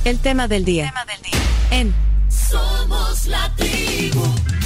El tema del día. En Somos la tribu.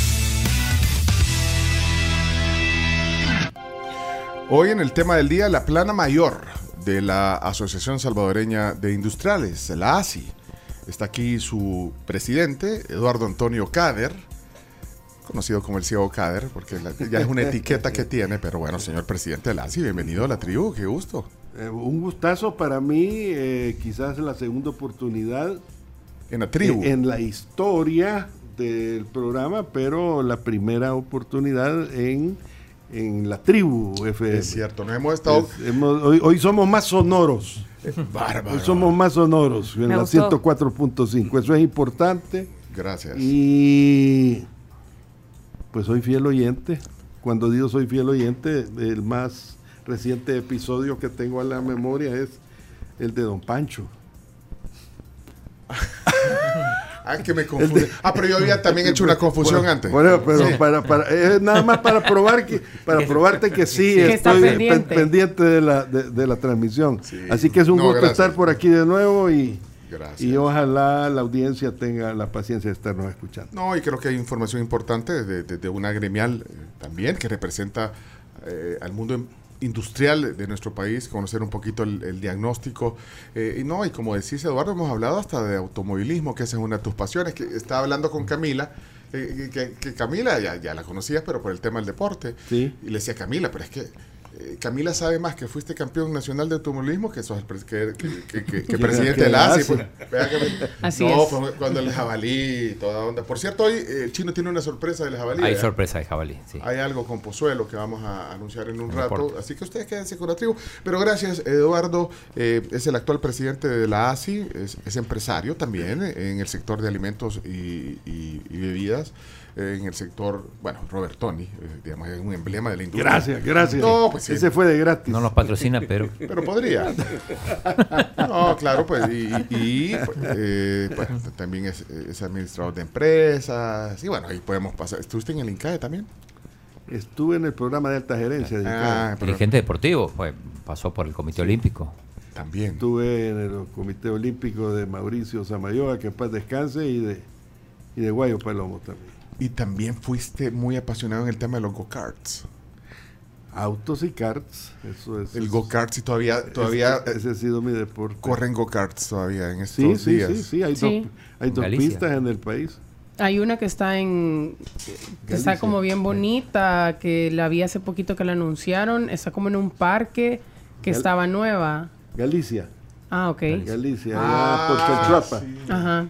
Hoy en el tema del día, la plana mayor de la Asociación Salvadoreña de Industriales, la ASI. Está aquí su presidente, Eduardo Antonio Cader, conocido como el ciego Cader, porque ya es una etiqueta que tiene, pero bueno, señor presidente de la ASI, bienvenido a la tribu, qué gusto. Un gustazo para mí, quizás la segunda oportunidad en la tribu, en la historia del programa, pero la primera oportunidad en la tribu FM. Es cierto, nos hemos estado... Hoy somos más sonoros. Bárbaro. Hoy somos más sonoros en la 104.5, eso es importante. Gracias. Y pues soy fiel oyente. Cuando digo soy fiel oyente, el más reciente episodio que tengo a la memoria es el de Don Pancho. Que me confunde. Pero yo había también hecho una confusión antes. Bueno, pero sí. Nada más para probarte que sí que estoy pendiente de la transmisión. Sí. Así que es un gusto estar por aquí de nuevo y ojalá la audiencia tenga la paciencia de estarnos escuchando. No, y creo que hay información importante de una gremial también que representa al mundo industrial de nuestro país, conocer un poquito el diagnóstico, y como decís, Eduardo, hemos hablado hasta de automovilismo, que esa es una de tus pasiones, que estaba hablando con Camila, que Camila ya la conocías, pero por el tema del deporte, sí. Y le decía, Camila, pero es que Camila sabe más que fuiste campeón nacional de automovilismo que sos que presidente de la ASI. Pues, así es. Fue cuando el jabalí y toda onda. Por cierto, hoy Chino tiene una sorpresa del jabalí. Hay sorpresa del jabalí, sí. Hay algo con Pozuelo que vamos a anunciar en un rato. Así que ustedes quédense con la tribu. Pero gracias, Eduardo. Es el actual presidente de la ASI. Es empresario también en el sector de alimentos y bebidas. En el sector, Robertoni, digamos, es un emblema de la industria. Gracias. No, pues sí. Ese fue de gratis. No nos patrocina, pero podría. No, claro, pues, también es administrador de empresas, y ahí podemos pasar. ¿Estuviste en el INCAE también? Estuve en el programa de alta gerencia de INCAE. Dirigente deportivo, pasó por el Comité Olímpico. También. Estuve en el Comité Olímpico de Mauricio Samayoa, que en paz descanse, y de Guayo Palomo también. Y también fuiste muy apasionado en el tema de los go-karts. Autos y karts, eso es. El go-karts y todavía ese ha sido mi deporte. Corren go-karts todavía en estos días. Sí, hay dos pistas en el país. Hay una que está está como bien bonita, que la vi hace poquito que la anunciaron, está como en un parque que estaba nueva. Galicia. Ok. Galicia, por Chalchuapa. Sí. Ajá.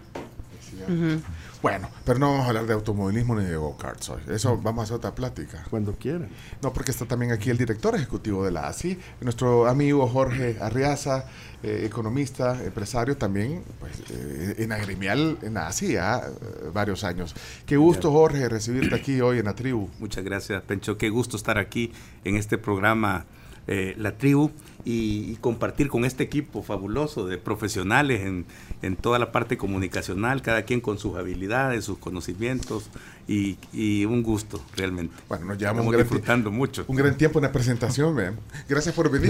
Bueno, pero no vamos a hablar de automovilismo ni de go-karts hoy. Eso vamos a hacer otra plática. Cuando quieran. No, porque está también aquí el director ejecutivo de la ASI, nuestro amigo Jorge Arriaza, economista, empresario también, en agremial en la ASI varios años. Qué gusto, Jorge, recibirte aquí hoy en la tribu. Muchas gracias, Pencho. Qué gusto estar aquí en este programa La Tribu y compartir con este equipo fabuloso de profesionales en toda la parte comunicacional, cada quien con sus habilidades, sus conocimientos y un gusto realmente. Bueno, nos llevamos disfrutando mucho. Un gran tiempo en la presentación, man. Gracias por venir.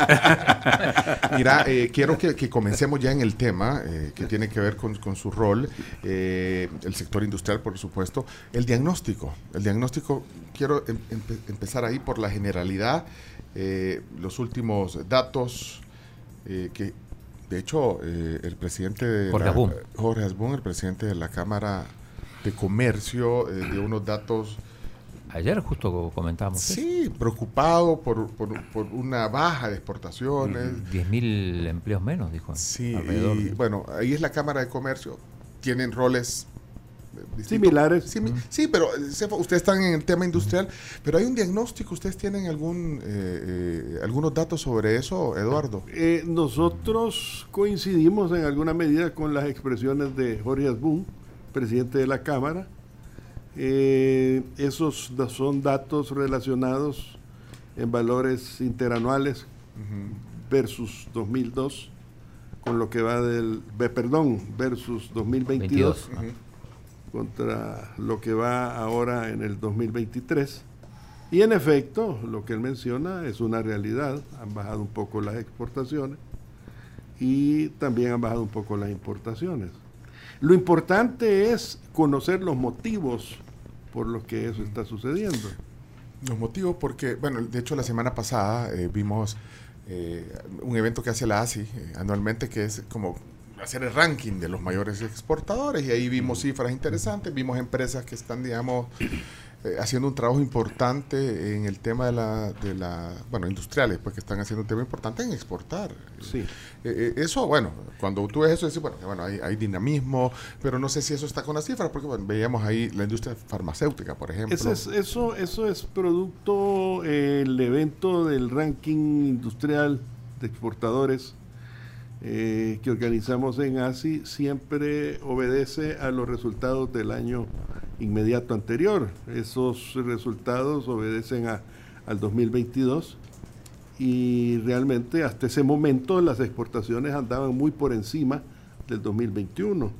Mira, quiero que comencemos ya en el tema que tiene que ver con su rol, el sector industrial, por supuesto, el diagnóstico. El diagnóstico, quiero empezar ahí por la generalidad. Los últimos datos que de hecho el presidente de Jorge Asbun, el presidente de la Cámara de Comercio, dio unos datos. Ayer justo comentábamos. Sí, preocupado por una baja de exportaciones. 10.000 empleos menos, dijo. Sí, y bueno, ahí es la Cámara de Comercio. Tienen roles similares. Sí, pero ustedes están en el tema industrial, pero hay un diagnóstico. ¿Ustedes tienen algunos datos sobre eso, Eduardo? Nosotros coincidimos en alguna medida con las expresiones de Jorge Asbun, presidente de la Cámara. Esos son datos relacionados en valores interanuales versus 2002, con lo que va versus 2022. Contra lo que va ahora en el 2023. Y en efecto, lo que él menciona es una realidad. Han bajado un poco las exportaciones. y también han bajado un poco las importaciones. Lo importante es conocer los motivos por los que eso está sucediendo. Los motivos porque, bueno, de hecho la semana pasada vimos un evento que hace la ASI anualmente, que es como hacer el ranking de los mayores exportadores, y ahí vimos cifras interesantes, vimos empresas que están, digamos, haciendo un trabajo importante en el tema bueno, industriales, pues, que están haciendo un tema importante en exportar. Sí. Eso, bueno, cuando tú ves eso, dices, bueno, hay dinamismo, pero no sé si eso está con las cifras, porque bueno, veíamos ahí la industria farmacéutica, por ejemplo. Eso es producto el evento del ranking industrial de exportadores que organizamos en ASI, siempre obedece a los resultados del año inmediato anterior. Esos resultados obedecen al 2022 y realmente hasta ese momento las exportaciones andaban muy por encima del 2021.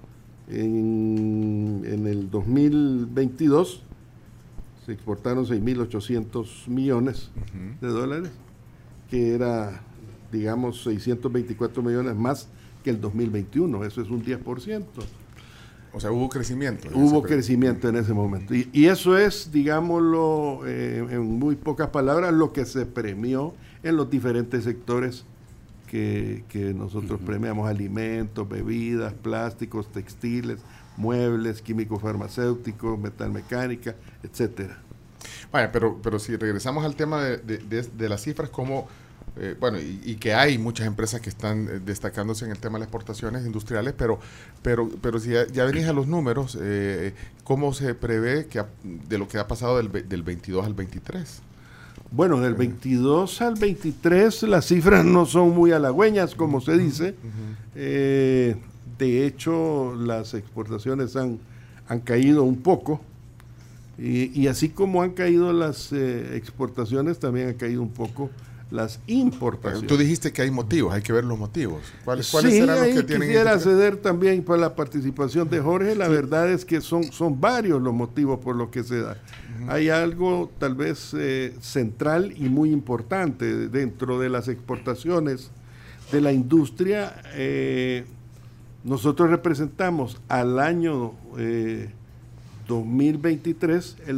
En el 2022 se exportaron 6.800 millones de dólares, que era, digamos, 624 millones más que el 2021. Eso es un 10%. O sea, hubo crecimiento. Hubo crecimiento en ese momento. Y eso es, digámoslo, en muy pocas palabras, lo que se premió en los diferentes sectores que nosotros premiamos: alimentos, bebidas, plásticos, textiles, muebles, químicos farmacéuticos, metalmecánica, etcétera. Vaya, pero si regresamos al tema de las cifras, como bueno, y que hay muchas empresas que están destacándose en el tema de las exportaciones industriales, pero si ya venís a los números, ¿cómo se prevé de lo que ha pasado del 22 al 23? Bueno, del 22 al 23 las cifras no son muy halagüeñas, como se dice. De hecho, las exportaciones han caído un poco, y así como han caído las exportaciones, también han caído un poco las importaciones. Tú dijiste que hay motivos, hay que ver los motivos. ¿Cuáles serán los que tienen? Quisiera ceder también para la participación de Jorge. La verdad es que son varios los motivos por los que se da. Hay algo tal vez central y muy importante dentro de las exportaciones de la industria. Nosotros representamos al año 2023 el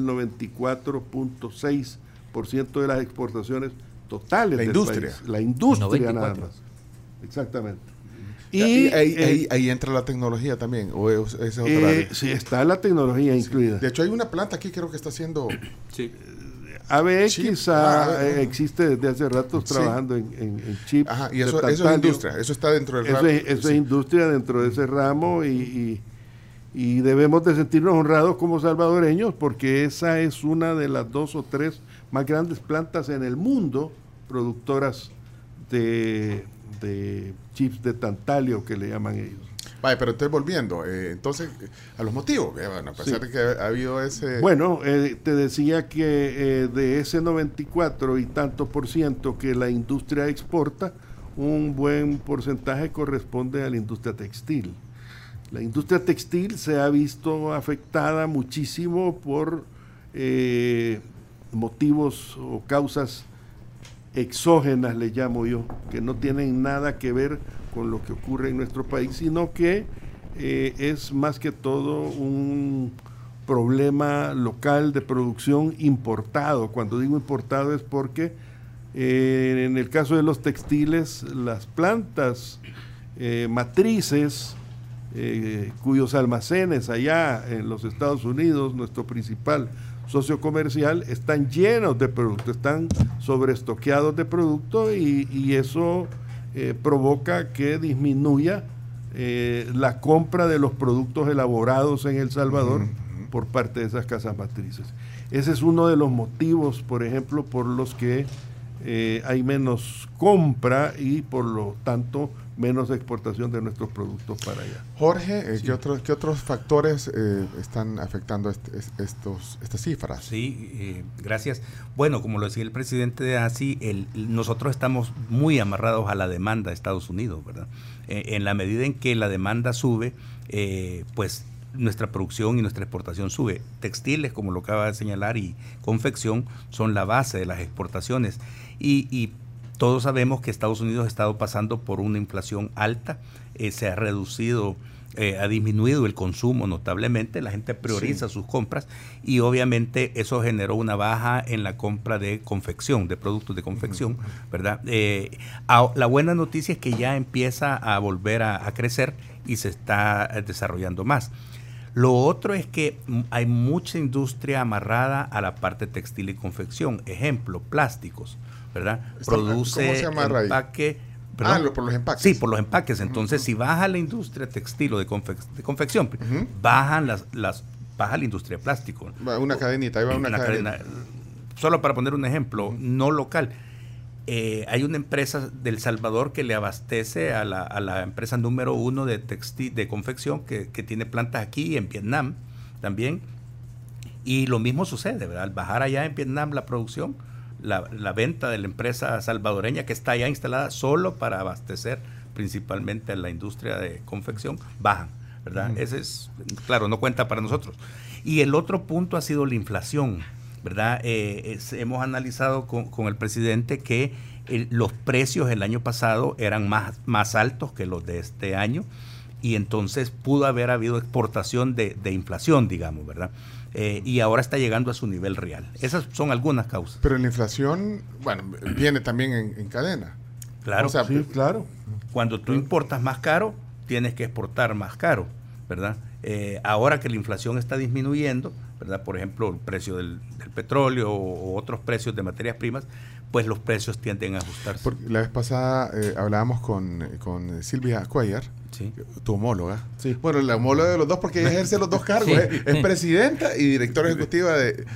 94.6% de las exportaciones totales del industria. país. La industria 94. nada más. Exactamente. Y ahí entra la tecnología también, o ese es otra área. Sí, está la tecnología incluida. De hecho, hay una planta aquí, creo que está haciendo... Sí. ABX Chip. existe desde hace rato trabajando en chips. Ajá, y eso es industria, eso está dentro del ramo. Eso es industria dentro de ese ramo, y debemos de sentirnos honrados como salvadoreños, porque esa es una de las 2 o 3 más grandes plantas en el mundo productoras de chips de tantalio, que le llaman ellos. Vale, pero estoy volviendo, entonces, a los motivos. Bueno, a pesar de que ha habido ese... Bueno, te decía que de ese 94 y tanto % que la industria exporta, un buen porcentaje corresponde a la industria textil. La industria textil se ha visto afectada muchísimo por motivos o causas exógenas, le llamo yo, que no tienen nada que ver con lo que ocurre en nuestro país, sino que es más que todo un problema local de producción importado. Cuando digo importado es porque en el caso de los textiles, las plantas matrices, cuyos almacenes allá en los Estados Unidos, nuestro principal socio comercial, están llenos de productos, están sobreestoqueados de producto, y eso provoca que disminuya la compra de los productos elaborados en El Salvador por parte de esas casas matrices. Ese es uno de los motivos, por ejemplo, por los que hay menos compra y por lo tanto menos exportación de nuestros productos para allá. Jorge, sí. ¿Qué otros factores están afectando estas cifras? Sí, gracias. Bueno, como lo decía el presidente de ASI, nosotros estamos muy amarrados a la demanda de Estados Unidos, ¿verdad? En la medida en que la demanda sube, pues nuestra producción y nuestra exportación sube. Textiles, como lo acaba de señalar, y confección son la base de las exportaciones. Y Todos sabemos que Estados Unidos ha estado pasando por una inflación alta, se ha reducido, ha disminuido el consumo notablemente, la gente prioriza sus compras y obviamente eso generó una baja en la compra de confección, de productos de confección, ¿verdad? La buena noticia es que ya empieza a volver a crecer y se está desarrollando más. Lo otro es que hay mucha industria amarrada a la parte textil y confección. Ejemplo, plásticos, ¿verdad? Produce ¿cómo se amarra empaque. Perdón. Por los empaques. Sí, por los empaques. Entonces, si baja la industria textil o de confección, baja la industria de plástico. Una cadenita, ahí va una cadena. Solo para poner un ejemplo, no local. Hay una empresa del Salvador que le abastece a la empresa número 1 de textil, de confección, que tiene plantas aquí y en Vietnam también. Y lo mismo sucede, ¿verdad? Al bajar allá en Vietnam la producción, la venta de la empresa salvadoreña que está allá instalada solo para abastecer principalmente a la industria de confección, bajan, ¿verdad? Ese es, claro, no cuenta para nosotros. Y el otro punto ha sido la inflación, ¿verdad? Hemos analizado con el presidente que los precios el año pasado eran más altos que los de este año y entonces pudo haber habido exportación de inflación, digamos, ¿verdad? Y ahora está llegando a su nivel real. Esas son algunas causas. Pero la inflación, bueno, viene también en cadena. Claro. O sea, Sí, claro. Cuando tú importas más caro, tienes que exportar más caro, ¿verdad? Ahora que la inflación está disminuyendo, ¿verdad? Por ejemplo, el precio del petróleo o otros precios de materias primas, pues los precios tienden a ajustarse. Porque la vez pasada hablábamos con Silvia Cuellar, Sí. tu homóloga. Sí. Bueno, la homóloga de los dos porque ella ejerce los dos cargos. Sí. Es presidenta y directora ejecutiva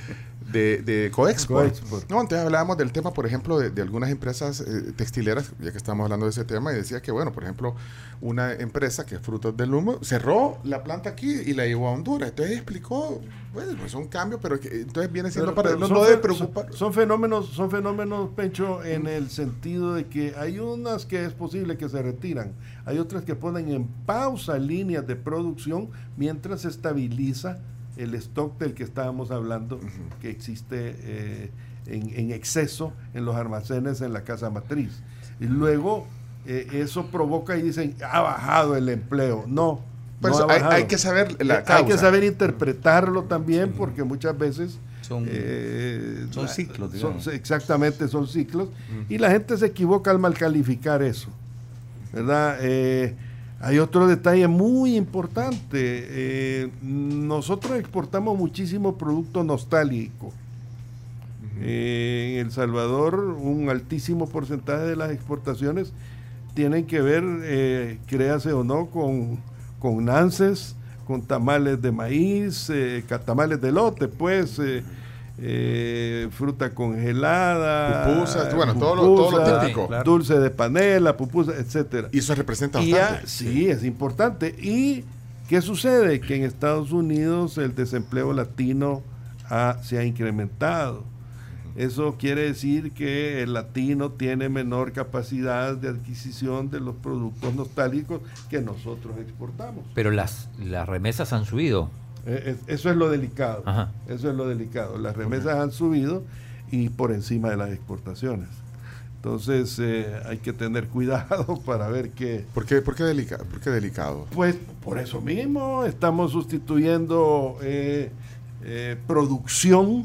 de Coexport. No, entonces hablábamos del tema, por ejemplo, de algunas empresas textileras, ya que estamos hablando de ese tema, y decía que, bueno, por ejemplo, una empresa que es Frutos del Humo cerró la planta aquí y la llevó a Honduras. Entonces explicó, bueno, es un cambio, pero que, entonces viene siendo Pero no debe preocupar. Son fenómenos, Pencho, en el sentido de que hay unas que es posible que se retiran, hay otras que ponen en pausa líneas de producción mientras se estabiliza el stock del que estábamos hablando, que existe en exceso en los almacenes en la casa matriz. Y luego eso provoca y dicen, ha bajado el empleo. No, Pues no ha bajado. hay que saber la Hay causa. que saber interpretarlo también, porque muchas veces Son ciclos, digamos. Exactamente, son ciclos. Y la gente se equivoca al mal calificar eso, ¿verdad? Hay otro detalle muy importante. Nosotros exportamos muchísimo producto nostálgico. En El Salvador, un altísimo porcentaje de las exportaciones tienen que ver, créase o no, con nances, con tamales de maíz, tamales de elote, pues, fruta congelada, Pupusas, bueno, todo lo típico. Claro. Dulce de panela, pupusa, etcétera. Y eso representa Y bastante. sí, es importante. ¿Y qué sucede? Que en Estados Unidos el desempleo latino se ha incrementado. Eso quiere decir que el latino tiene menor capacidad de adquisición de los productos nostálgicos que nosotros exportamos. Pero las remesas han subido. Eso es lo delicado. Ajá. Eso es lo delicado. Las remesas han subido y por encima de las exportaciones. Entonces hay que tener cuidado para ver qué. ¿Por qué delicado? Pues por eso mismo estamos sustituyendo producción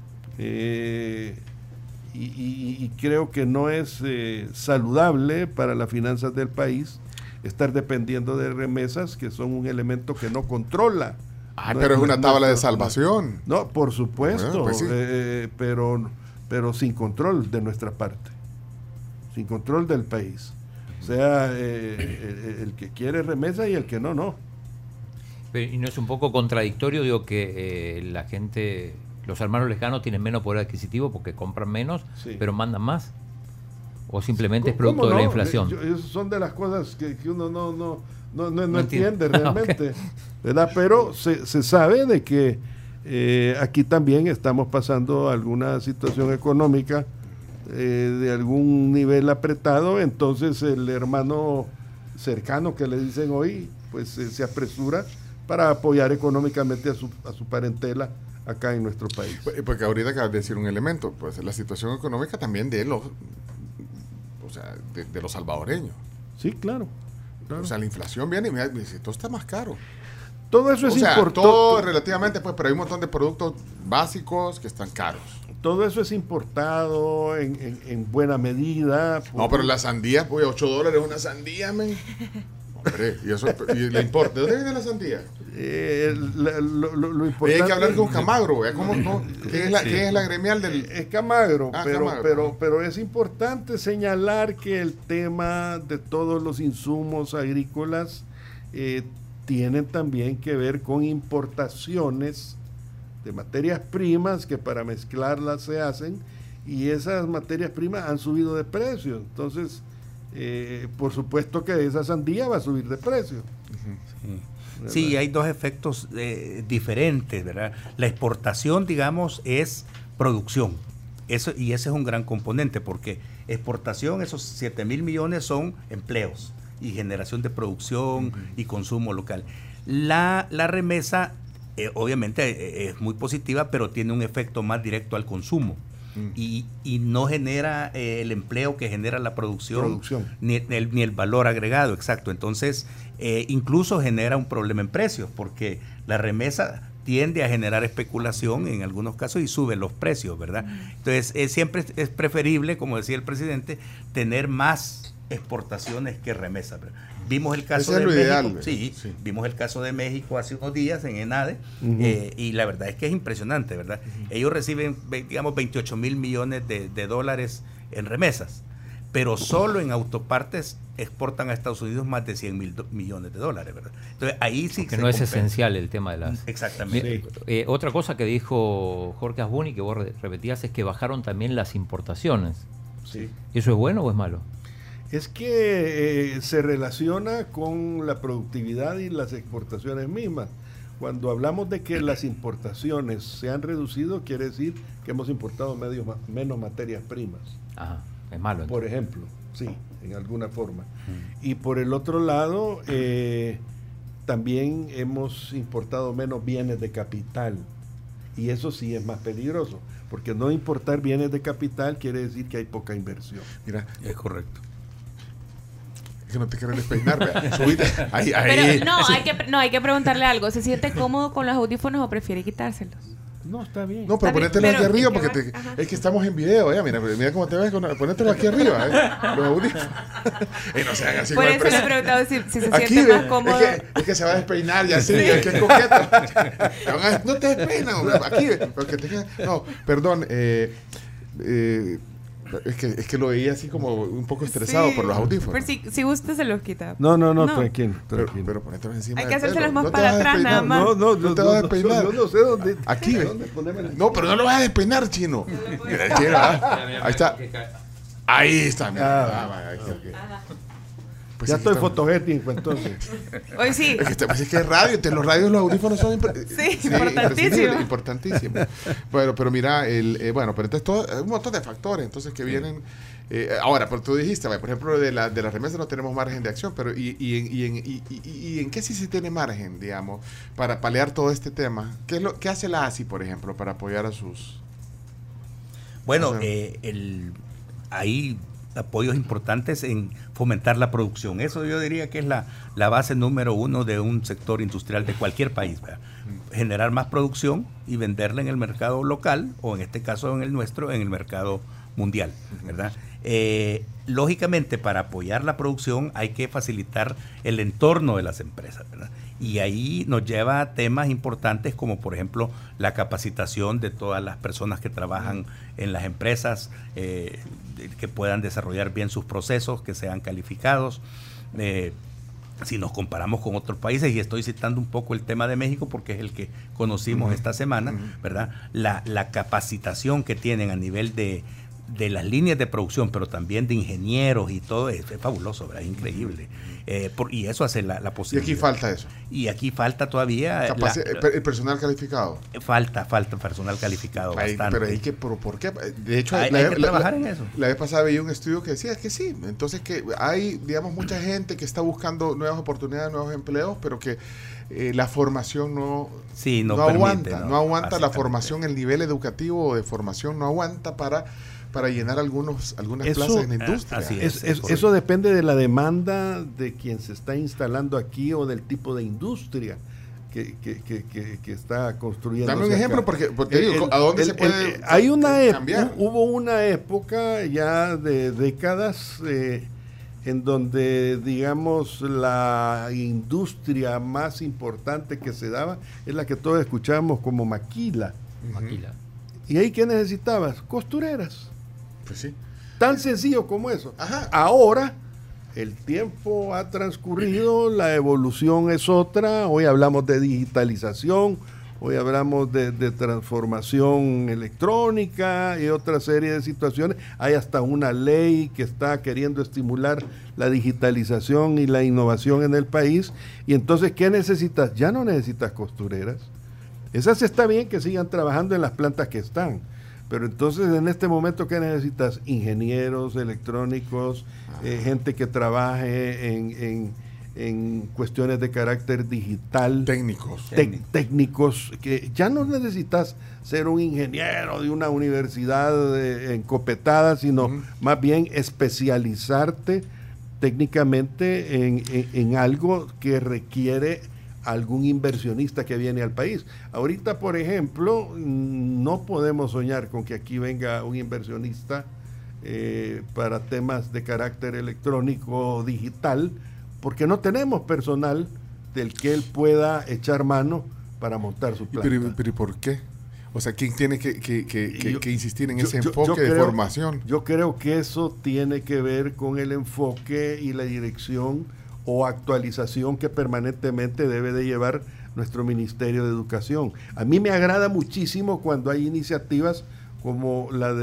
y creo que no es saludable para las finanzas del país estar dependiendo de remesas que son un elemento que no controla. Ay, No pero es una tabla de nuestro- salvación. No, por supuesto, Bueno, pues sí. pero sin control de nuestra parte, sin control del país. O sea, el que quiere remesa y el que no. ¿Y no es un poco contradictorio, digo, que la gente, los hermanos lejanos tienen menos poder adquisitivo porque compran menos, Sí. pero mandan más? ¿O simplemente es ¿Cómo producto de la no? inflación? Son de las cosas que uno no No entiende entiende. realmente, Ok. ¿verdad? Pero se sabe de que aquí también estamos pasando alguna situación económica de algún nivel apretado, entonces el hermano cercano que le dicen hoy, pues se apresura para apoyar económicamente a su parentela acá en nuestro país. Porque ahorita acabas de decir un elemento, pues la situación económica también de sea, de los salvadoreños. Sí, claro. O sea, la inflación viene y me dice, todo está más caro. Todo eso es importante. Todo relativamente, pues, pero hay un montón de productos básicos que están caros. Todo eso es importado en buena medida. No, pero la sandía, pues, $8 una sandía, men. Hombre, y la importa. ¿De dónde viene la sandía? Lo importante, hay que hablar con Camagro, ¿quién es la gremial del...? Es Camagro, Camagro. pero es importante señalar que el tema de todos los insumos agrícolas tienen también que ver con importaciones de materias primas que para mezclarlas se hacen, y esas materias primas han subido de precio. Entonces, por supuesto que esa sandía va a subir de precio. Sí, hay dos efectos diferentes, ¿verdad? La exportación, digamos, es producción. Eso, y ese es un gran componente, porque exportación, esos 7,000 millones son empleos y generación de producción y consumo local. La remesa, obviamente, es muy positiva, pero tiene un efecto más directo al consumo. Y no genera el empleo que genera la producción. Ni el valor agregado, exacto. Entonces, incluso genera un problema en precios, porque la remesa tiende a generar especulación en algunos casos y sube los precios, ¿verdad? Entonces, siempre es preferible, como decía el presidente, tener más exportaciones que remesas, ¿verdad? Vimos el caso de México, ideal, sí, vimos el caso de México hace unos días en ENADE, y la verdad es que es impresionante, ¿verdad? Ellos reciben, digamos, 28,000 millones de dólares en remesas, pero solo en autopartes exportan a Estados Unidos más de 100,000 millones de dólares, ¿verdad? Entonces ahí sí que no es esencial el tema de las... Exactamente. Otra cosa que dijo Jorge Asbuni, que vos repetías, es que bajaron también las importaciones. Sí. ¿Eso es bueno o es malo? Es que se relaciona con la productividad y las exportaciones mismas. Cuando hablamos de que las importaciones se han reducido, quiere decir que hemos importado menos materias primas. Ajá, es malo. Por ejemplo, sí, en alguna forma. Y por el otro lado, también hemos importado menos bienes de capital. Y eso sí es más peligroso, porque no importar bienes de capital quiere decir que hay poca inversión. Mira, es correcto. Que no te quieren despeinar, vea. Subite. Ahí. Pero hay que preguntarle algo. ¿Se siente cómodo con los audífonos o prefiere quitárselos? No, está bien. No, pero ponételo aquí arriba, porque es que estamos en video, mira cómo te ves, ponételo aquí arriba, los audífonos. No se hagan así. Por eso le he preguntado si se siente más cómodo. Es que se va a despeinar y así, es que es coqueto. No te despeinan, aquí, porque no, perdón, es que lo veía así como un poco estresado por los audífonos. Pero si gusta se los quita. No, tranquilo. Pero ponételos encima. Hay que hacérselos más para atrás, nada más. No te vas a despeinar. Yo no sé dónde. Aquí, no, pero no lo vas a despeinar, Chino. Mira, el Chino, ahí está. Ahí está, mira. Pues ya estoy fotogénico, entonces. Hoy sí. Es que es radio, los radios, los audífonos son importantísimos. Bueno, pero mira, pero entonces un montón de factores entonces que vienen. Ahora, pero tú dijiste, por ejemplo, de las remesas no tenemos margen de acción, pero ¿y en qué sí se tiene margen, digamos, para paliar todo este tema? ¿Qué hace la ASI, por ejemplo, para apoyar a sus... Bueno, hay apoyos importantes en fomentar la producción. Eso yo diría que es la base número uno de un sector industrial de cualquier país, ¿verdad? Generar más producción y venderla en el mercado local, o en este caso en el nuestro, en el mercado mundial, ¿verdad? Lógicamente, para apoyar la producción hay que facilitar el entorno de las empresas, ¿verdad? Y ahí nos lleva a temas importantes como, por ejemplo, la capacitación de todas las personas que trabajan en las empresas, que puedan desarrollar bien sus procesos, que sean calificados. Si nos comparamos con otros países, y estoy citando un poco el tema de México porque es el que conocimos esta semana, ¿verdad? La capacitación que tienen a nivel de las líneas de producción, pero también de ingenieros y todo, es fabuloso, ¿verdad? Es increíble. Y eso hace la posibilidad. Y aquí falta eso. Y aquí falta todavía... el personal calificado. Falta personal calificado bastante. Pero ¿por qué? De hecho, hay que trabajar en eso. La vez pasada veía un estudio que decía que sí. Entonces que hay, digamos, mucha gente que está buscando nuevas oportunidades, nuevos empleos, pero que la formación no aguanta. No aguanta la formación, el nivel educativo de formación no aguanta para para llenar algunas Eso, plazas en la industria. así Eso depende de la demanda de quien se está instalando aquí o del tipo de industria que está construyendo. Dame un ejemplo, porque te digo, ¿a dónde se puede hay cambiar? Hubo una época ya de décadas en donde, digamos, la industria más importante que se daba es la que todos escuchamos como maquila. Maquila. ¿Y ahí qué necesitabas? Costureras. Pues sí. Tan sencillo como eso. Ajá. Ahora, el tiempo ha transcurrido, la evolución es otra. Hoy hablamos de digitalización, hoy hablamos de transformación electrónica y otra serie de situaciones. Hay hasta una ley que está queriendo estimular la digitalización y la innovación en el país. Y entonces, ¿qué necesitas? Ya no necesitas costureras. Esas está bien que sigan trabajando en las plantas que están. Pero entonces, en este momento, ¿qué necesitas? Ingenieros electrónicos, gente que trabaje en cuestiones de carácter digital. Técnicos, que ya no necesitas ser un ingeniero de una universidad encopetada, sino más bien especializarte técnicamente en algo que requiere algún inversionista que viene al país. Ahorita, por ejemplo, no podemos soñar con que aquí venga un inversionista para temas de carácter electrónico o digital, porque no tenemos personal del que él pueda echar mano para montar su planta. ¿Pero ¿y por qué? O sea, ¿quién tiene que insistir en ese enfoque de formación? Yo creo que eso tiene que ver con el enfoque y la dirección o actualización que permanentemente debe de llevar nuestro Ministerio de Educación. A mí me agrada muchísimo cuando hay iniciativas como la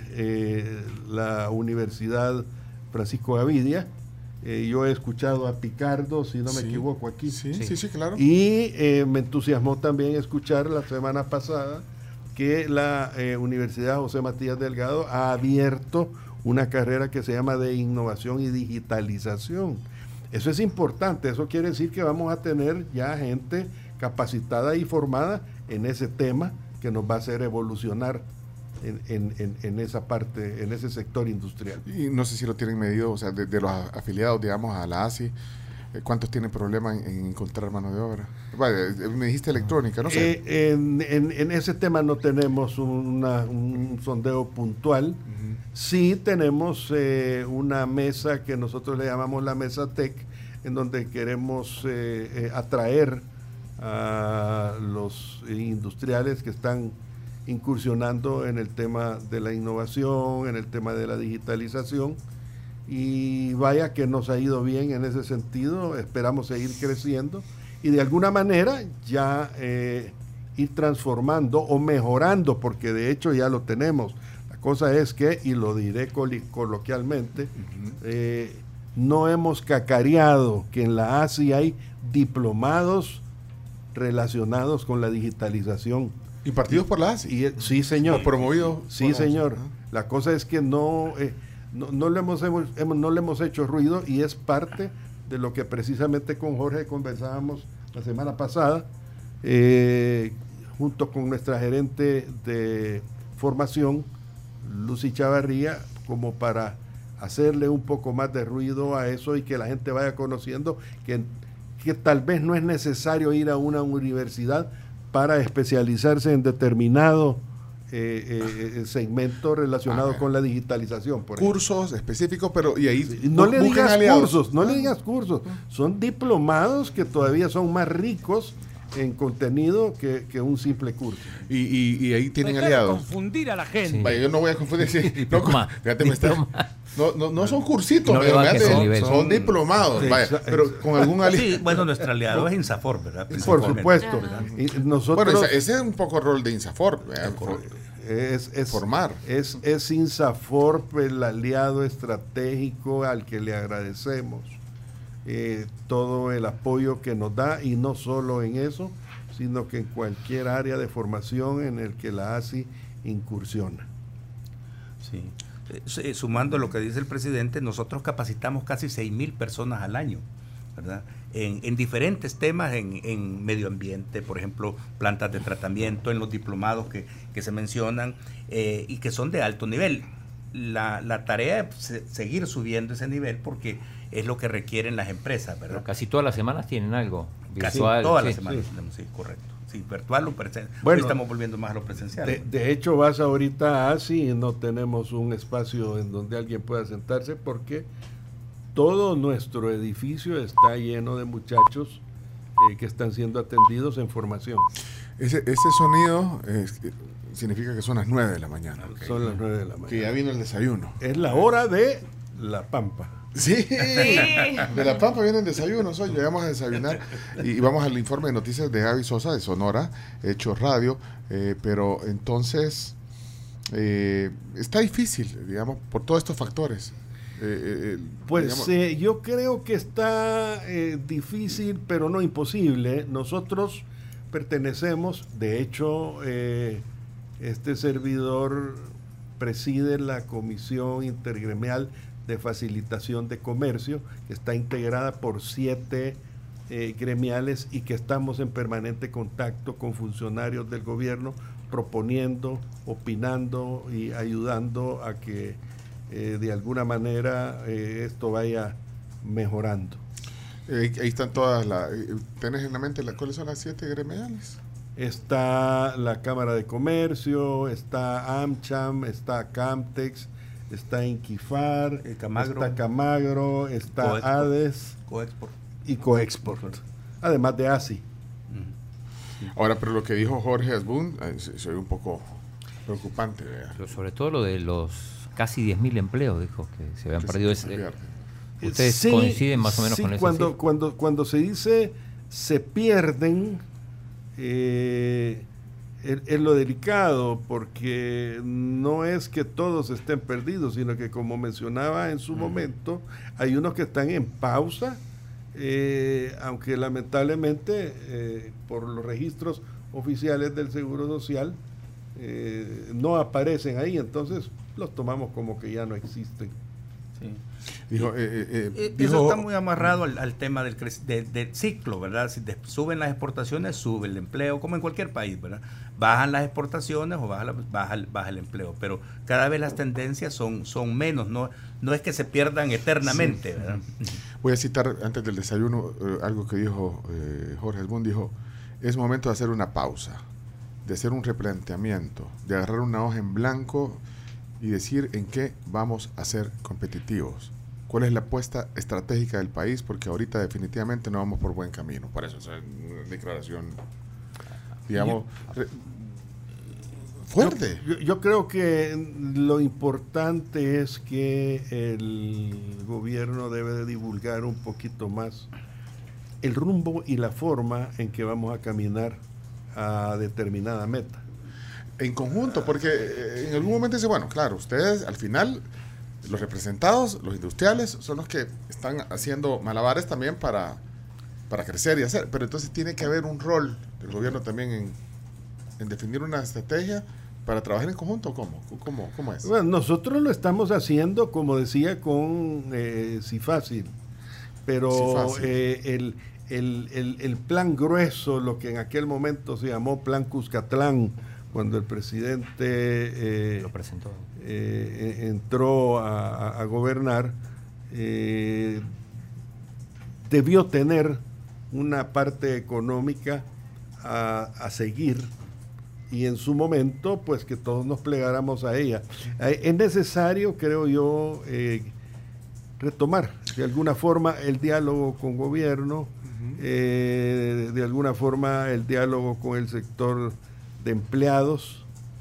de la Universidad Francisco Gavidia. Yo he escuchado a Picardo, si no me equivoco, aquí. Sí, claro. Y me entusiasmó también escuchar la semana pasada que la Universidad José Matías Delgado ha abierto una carrera que se llama de Innovación y Digitalización. Eso es importante, eso quiere decir que vamos a tener ya gente capacitada y formada en ese tema que nos va a hacer evolucionar en esa parte, en ese sector industrial. Y no sé si lo tienen medido, o sea, de los afiliados, digamos, a la ASI, ¿cuántos tienen problemas en encontrar mano de obra? Vale, me dijiste electrónica, no sé. En ese tema no tenemos un sondeo puntual. Sí tenemos una mesa que nosotros le llamamos la Mesa TEC, en donde queremos atraer a los industriales que están incursionando en el tema de la innovación, en el tema de la digitalización, y vaya que nos ha ido bien en ese sentido. Esperamos seguir creciendo y de alguna manera ya ir transformando o mejorando, porque de hecho ya lo tenemos. La cosa es que, y lo diré coloquialmente, no hemos cacareado que en la ASI hay diplomados relacionados con la digitalización. ¿Impartidos por la ASI? Sí, señor. ¿O promovidos? Sí, señor. La cosa es que no le hemos hecho ruido, y es parte de lo que precisamente con Jorge conversábamos la semana pasada, junto con nuestra gerente de formación, Lucy Chavarría, como para hacerle un poco más de ruido a eso y que la gente vaya conociendo que tal vez no es necesario ir a una universidad para especializarse en determinado segmento relacionado con la digitalización. Por cursos específicos, pero y ahí no le digas cursos, no le digas cursos, son diplomados que todavía son más ricos en contenido que un simple curso. Y ahí tienen aliados. Confundir a la gente. Sí. Vaya, yo no voy a confundir. Sí. No son cursitos, son diplomados. Sí, vaya, pero con algún aliado. Sí, bueno, nuestro aliado es INSAFOR, ¿verdad? Por supuesto. Y nosotros, bueno, ese es un poco el rol de INSAFOR. Es formar. Es INSAFOR el aliado estratégico al que le agradecemos todo el apoyo que nos da, y no solo en eso, sino que en cualquier área de formación en el que la ASI incursiona. Sí. Sumando lo que dice el presidente, nosotros capacitamos casi 6,000 personas al año, ¿verdad? En diferentes temas, en medio ambiente, por ejemplo, plantas de tratamiento, en los diplomados que se mencionan, y que son de alto nivel. la tarea es seguir subiendo ese nivel porque es lo que requieren las empresas, ¿verdad? Pero casi todas las semanas tienen algo Casi virtual. todas sí. las semanas tenemos, sí, correcto. Sí, virtual o presencial. Bueno, Hoy estamos volviendo más a lo presencial. De hecho, vas ahorita a ASI y no tenemos un espacio en donde alguien pueda sentarse porque todo nuestro edificio está lleno de muchachos que están siendo atendidos en formación. Ese sonido significa que son las 9 de la mañana. Son las 9 de la Que ya mañana. vino el desayuno. Es la hora de La Pampa. Sí, de La Pampa viene el desayuno. Hoy llegamos a desayunar y vamos al informe de noticias de Gaby Sosa de Sonora, Hecho Radio. Pero entonces está difícil, digamos, por todos estos factores. Pues yo creo que está difícil, pero no imposible. Nosotros pertenecemos, de hecho, este servidor preside la Comisión Intergremial de Facilitación de Comercio, que está integrada por 7 gremiales y que estamos en permanente contacto con funcionarios del gobierno, proponiendo, opinando y ayudando a que de alguna manera esto vaya mejorando. Ahí están todas las... ¿Tenés en la mente cuáles son las 7 gremiales? Está la Cámara de Comercio, está AmCham, está Camtex, está Inquifar, Camagro, está Camagro, está Coexport, ADES Coexport y Coexport, además de ASI. Ahora, pero lo que dijo Jorge Asbun se ve un poco preocupante. Pero sobre todo lo de los casi 10.000 empleos, dijo que se habían Que perdido. se pierde. ¿Ustedes Sí, coinciden más o menos sí, con eso? cuando se dice se pierden, es lo delicado, porque no es que todos estén perdidos, sino que, como mencionaba en su momento, hay unos que están en pausa, aunque lamentablemente por los registros oficiales del Seguro Social no aparecen ahí, entonces los tomamos como que ya no existen. Sí. Dijo, Eso está muy amarrado al tema del ciclo, ¿verdad? Si suben las exportaciones, sube el empleo, como en cualquier país, ¿verdad? Bajan las exportaciones o baja el empleo, pero cada vez las tendencias son menos, no es que se pierdan eternamente, sí, ¿verdad? Voy a citar antes del desayuno algo que dijo Jorge Asbun, dijo, es momento de hacer una pausa, de hacer un replanteamiento, de agarrar una hoja en blanco y decir en qué vamos a ser competitivos. ¿Cuál es la apuesta estratégica del país? Porque ahorita definitivamente no vamos por buen camino. Por eso es una declaración, digamos, fuerte. Yo creo que lo importante es que el gobierno debe de divulgar un poquito más el rumbo y la forma en que vamos a caminar a determinada meta. En conjunto, porque en algún momento dice, bueno, claro, ustedes al final, los representados, los industriales, son los que están haciendo malabares también para crecer y hacer, pero entonces tiene que haber un rol del gobierno también en definir una estrategia para trabajar en conjunto. ¿Cómo es? Bueno, nosotros lo estamos haciendo, como decía, con Cifácil, pero Cifácil. El plan grueso, lo que en aquel momento se llamó Plan Cuscatlán, cuando el presidente lo presentó. entró a gobernar, debió tener una parte económica a seguir, y en su momento pues que todos nos plegáramos a ella. Es necesario, creo yo, retomar de alguna forma el diálogo con gobierno, de alguna forma el diálogo con el sector de empleados,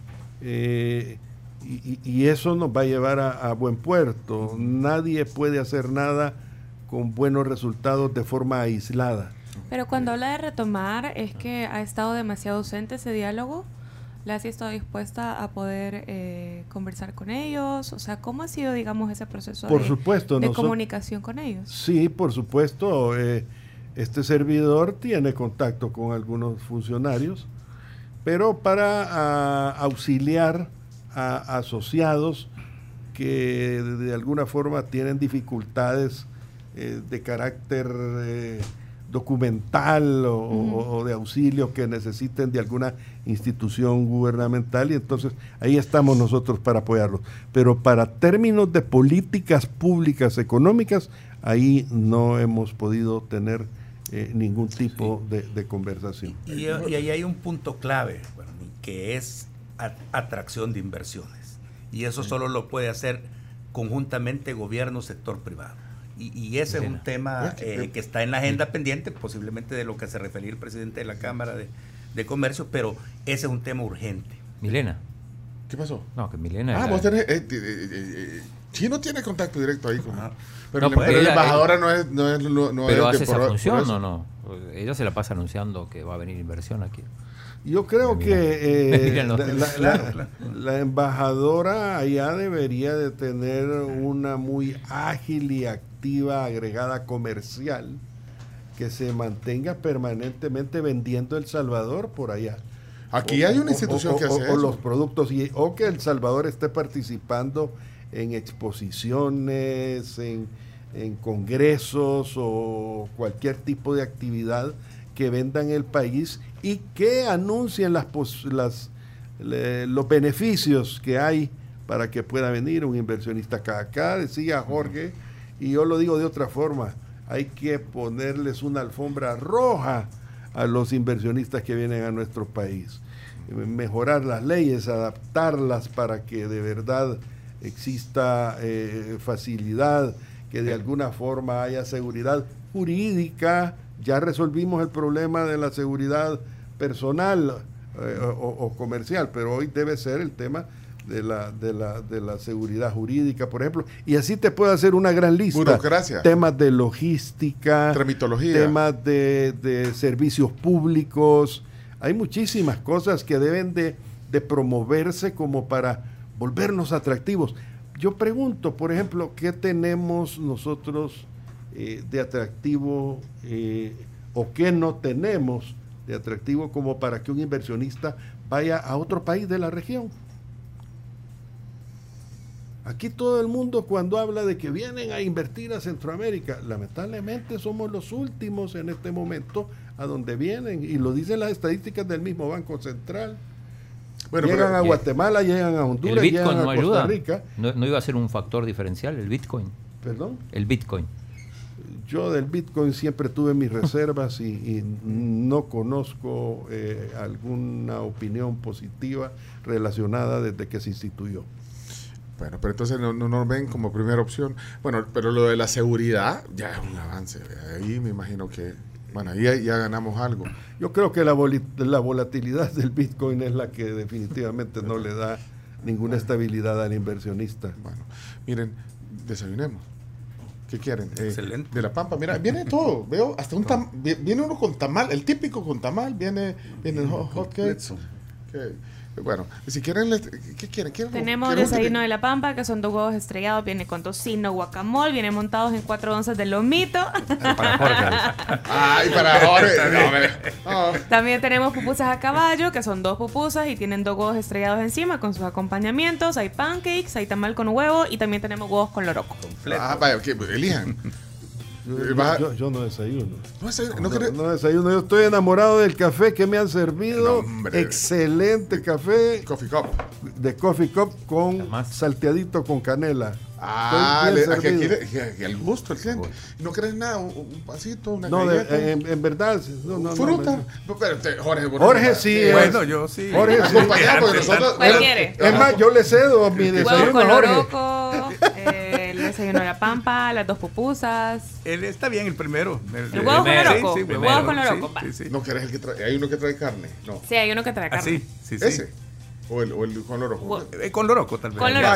y eso nos va a llevar a buen puerto. Nadie puede hacer nada con buenos resultados de forma aislada. Pero cuando habla de retomar, ¿es que ha estado demasiado ausente ese diálogo? ¿La has estado dispuesta a poder conversar con ellos? O sea, ¿cómo ha sido, digamos, ese proceso de comunicación con ellos? Sí, por supuesto. Este servidor tiene contacto con algunos funcionarios, pero para auxiliar a asociados que de alguna forma tienen dificultades de carácter documental o de auxilio que necesiten de alguna institución gubernamental, y entonces ahí estamos nosotros para apoyarlos. Pero para términos de políticas públicas económicas, ahí no hemos podido tener ningún tipo de conversación. Y ahí hay un punto clave, bueno, que es atracción de inversiones. Y eso solo lo puede hacer conjuntamente gobierno, sector privado. Y ese es un tema que está en la agenda pendiente, posiblemente de lo que se refería el presidente de la Cámara de Comercio, pero ese es un tema urgente. Milena. ¿Qué pasó? No, que Milena... vos tenés... Chino tiene contacto directo ahí con... Pero no, la embajadora no es pero hace esa función, no. Ella se la pasa anunciando que va a venir inversión aquí. Yo creo que la embajadora allá debería de tener una muy ágil y activa agregada comercial que se mantenga permanentemente vendiendo El Salvador por allá. Aquí hay una institución que hace eso. O los productos, o que El Salvador esté participando en exposiciones, en congresos o cualquier tipo de actividad que vendan el país y que anuncien los beneficios que hay para que pueda venir un inversionista acá. Decía Jorge, y yo lo digo de otra forma, hay que ponerles una alfombra roja a los inversionistas que vienen a nuestro país. Mejorar las leyes, adaptarlas para que de verdad exista facilidad, que de alguna forma haya seguridad jurídica. Ya resolvimos el problema de la seguridad personal o comercial, pero hoy debe ser el tema de la seguridad jurídica, por ejemplo, y así te puedo hacer una gran lista. Burocracia. Temas de logística, tramitología, temas de servicios públicos. Hay muchísimas cosas que deben de promoverse como para volvernos atractivos. Yo pregunto, por ejemplo, ¿qué tenemos nosotros de atractivo o qué no tenemos de atractivo como para que un inversionista vaya a otro país de la región? Aquí todo el mundo, cuando habla de que vienen a invertir a Centroamérica, lamentablemente somos los últimos en este momento a donde vienen, y lo dicen las estadísticas del mismo Banco Central. Bueno, llegan a Guatemala, llegan a Honduras, llegan a Costa Rica. ¿No iba a ser un factor diferencial el Bitcoin? ¿Perdón? El Bitcoin. Yo del Bitcoin siempre tuve mis reservas y no conozco alguna opinión positiva relacionada desde que se instituyó. Bueno, pero entonces no nos ven como primera opción. Bueno, pero lo de la seguridad ya es un avance. Ahí me imagino que, bueno, ahí ya ganamos algo. Yo creo que la volatilidad del Bitcoin es la que definitivamente no le da ninguna estabilidad al inversionista. Bueno, miren, desayunemos. ¿Qué quieren? Excelente. De la Pampa, mira, viene todo. Veo hasta viene uno con tamal, el típico con tamal, viene hot cake. Bueno, si quieren, ¿qué quieren? Tenemos desayuno de la Pampa, que son 2 huevos estrellados, viene con tocino, guacamole, vienen montados en 4 onzas de lomito. Para Jorge. Ay, para Jorge. También tenemos pupusas a caballo, que son 2 pupusas y tienen 2 huevos estrellados encima con sus acompañamientos. Hay pancakes, hay tamal con huevo y también tenemos huevos con loroco. Vaya, elijan. Yo no desayuno. No desayuno. Yo estoy enamorado del café que me han servido. Excelente café. Coffee Cup. De Coffee Cup con salteadito con canela. Que al gusto el cliente. ¿No crees nada? ¿Un pasito? ¿Una galleta? En verdad. ¿Fruta? Jorge sí. Bueno, yo sí. Jorge sí. ¿Cuál quiere? Es más, yo le cedo mi desayuno con a Jorge. Loroco, el desayuno de la Pampa, las 2 pupusas. Está bien el primero. El huevo con loroco. Sí, huevo con loroco. Sí. ¿No querés el que trae? ¿Hay uno que trae carne? No. Sí, hay uno que trae carne. Sí. ¿Ese? ¿O el con loroco? Con loroco, tal vez. Con loroco.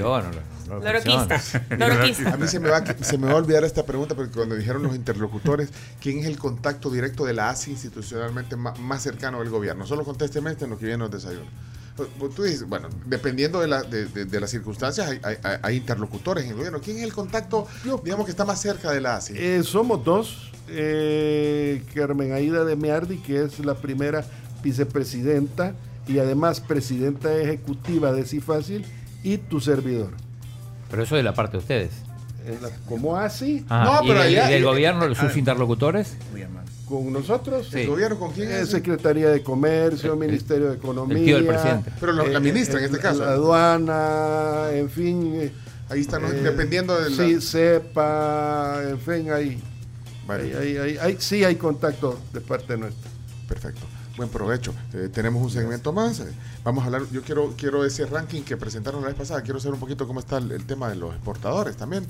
A mí se me va a olvidar esta pregunta, porque cuando dijeron los interlocutores, ¿quién es el contacto directo de la ASI institucionalmente más cercano del gobierno? Solo contésteme en lo que viene los desayunos. Tú dices, bueno, dependiendo de las circunstancias, hay interlocutores en el gobierno. ¿Quién es el contacto, digamos, que está más cerca de la ASI? Somos 2. Carmen Aida de Meardi, que es la primera vicepresidenta y además presidenta ejecutiva de CIFácil, y tu servidor. Pero eso de la parte de ustedes. ¿Cómo así? No, pero ¿y del gobierno, sus interlocutores? ¿Con nosotros? Sí. ¿El gobierno con quién es? Secretaría de Comercio, Ministerio de Economía. El tío del presidente. Pero la ministra en este caso. La aduana, en fin. Ahí están, dependiendo de la... Sí, CEPA, en fin, ahí. Vale. Sí hay contacto de parte nuestra. Perfecto. Buen provecho. Tenemos un segmento más. Vamos a hablar, yo quiero ese ranking que presentaron la vez pasada. Quiero saber un poquito cómo está el tema de los exportadores también.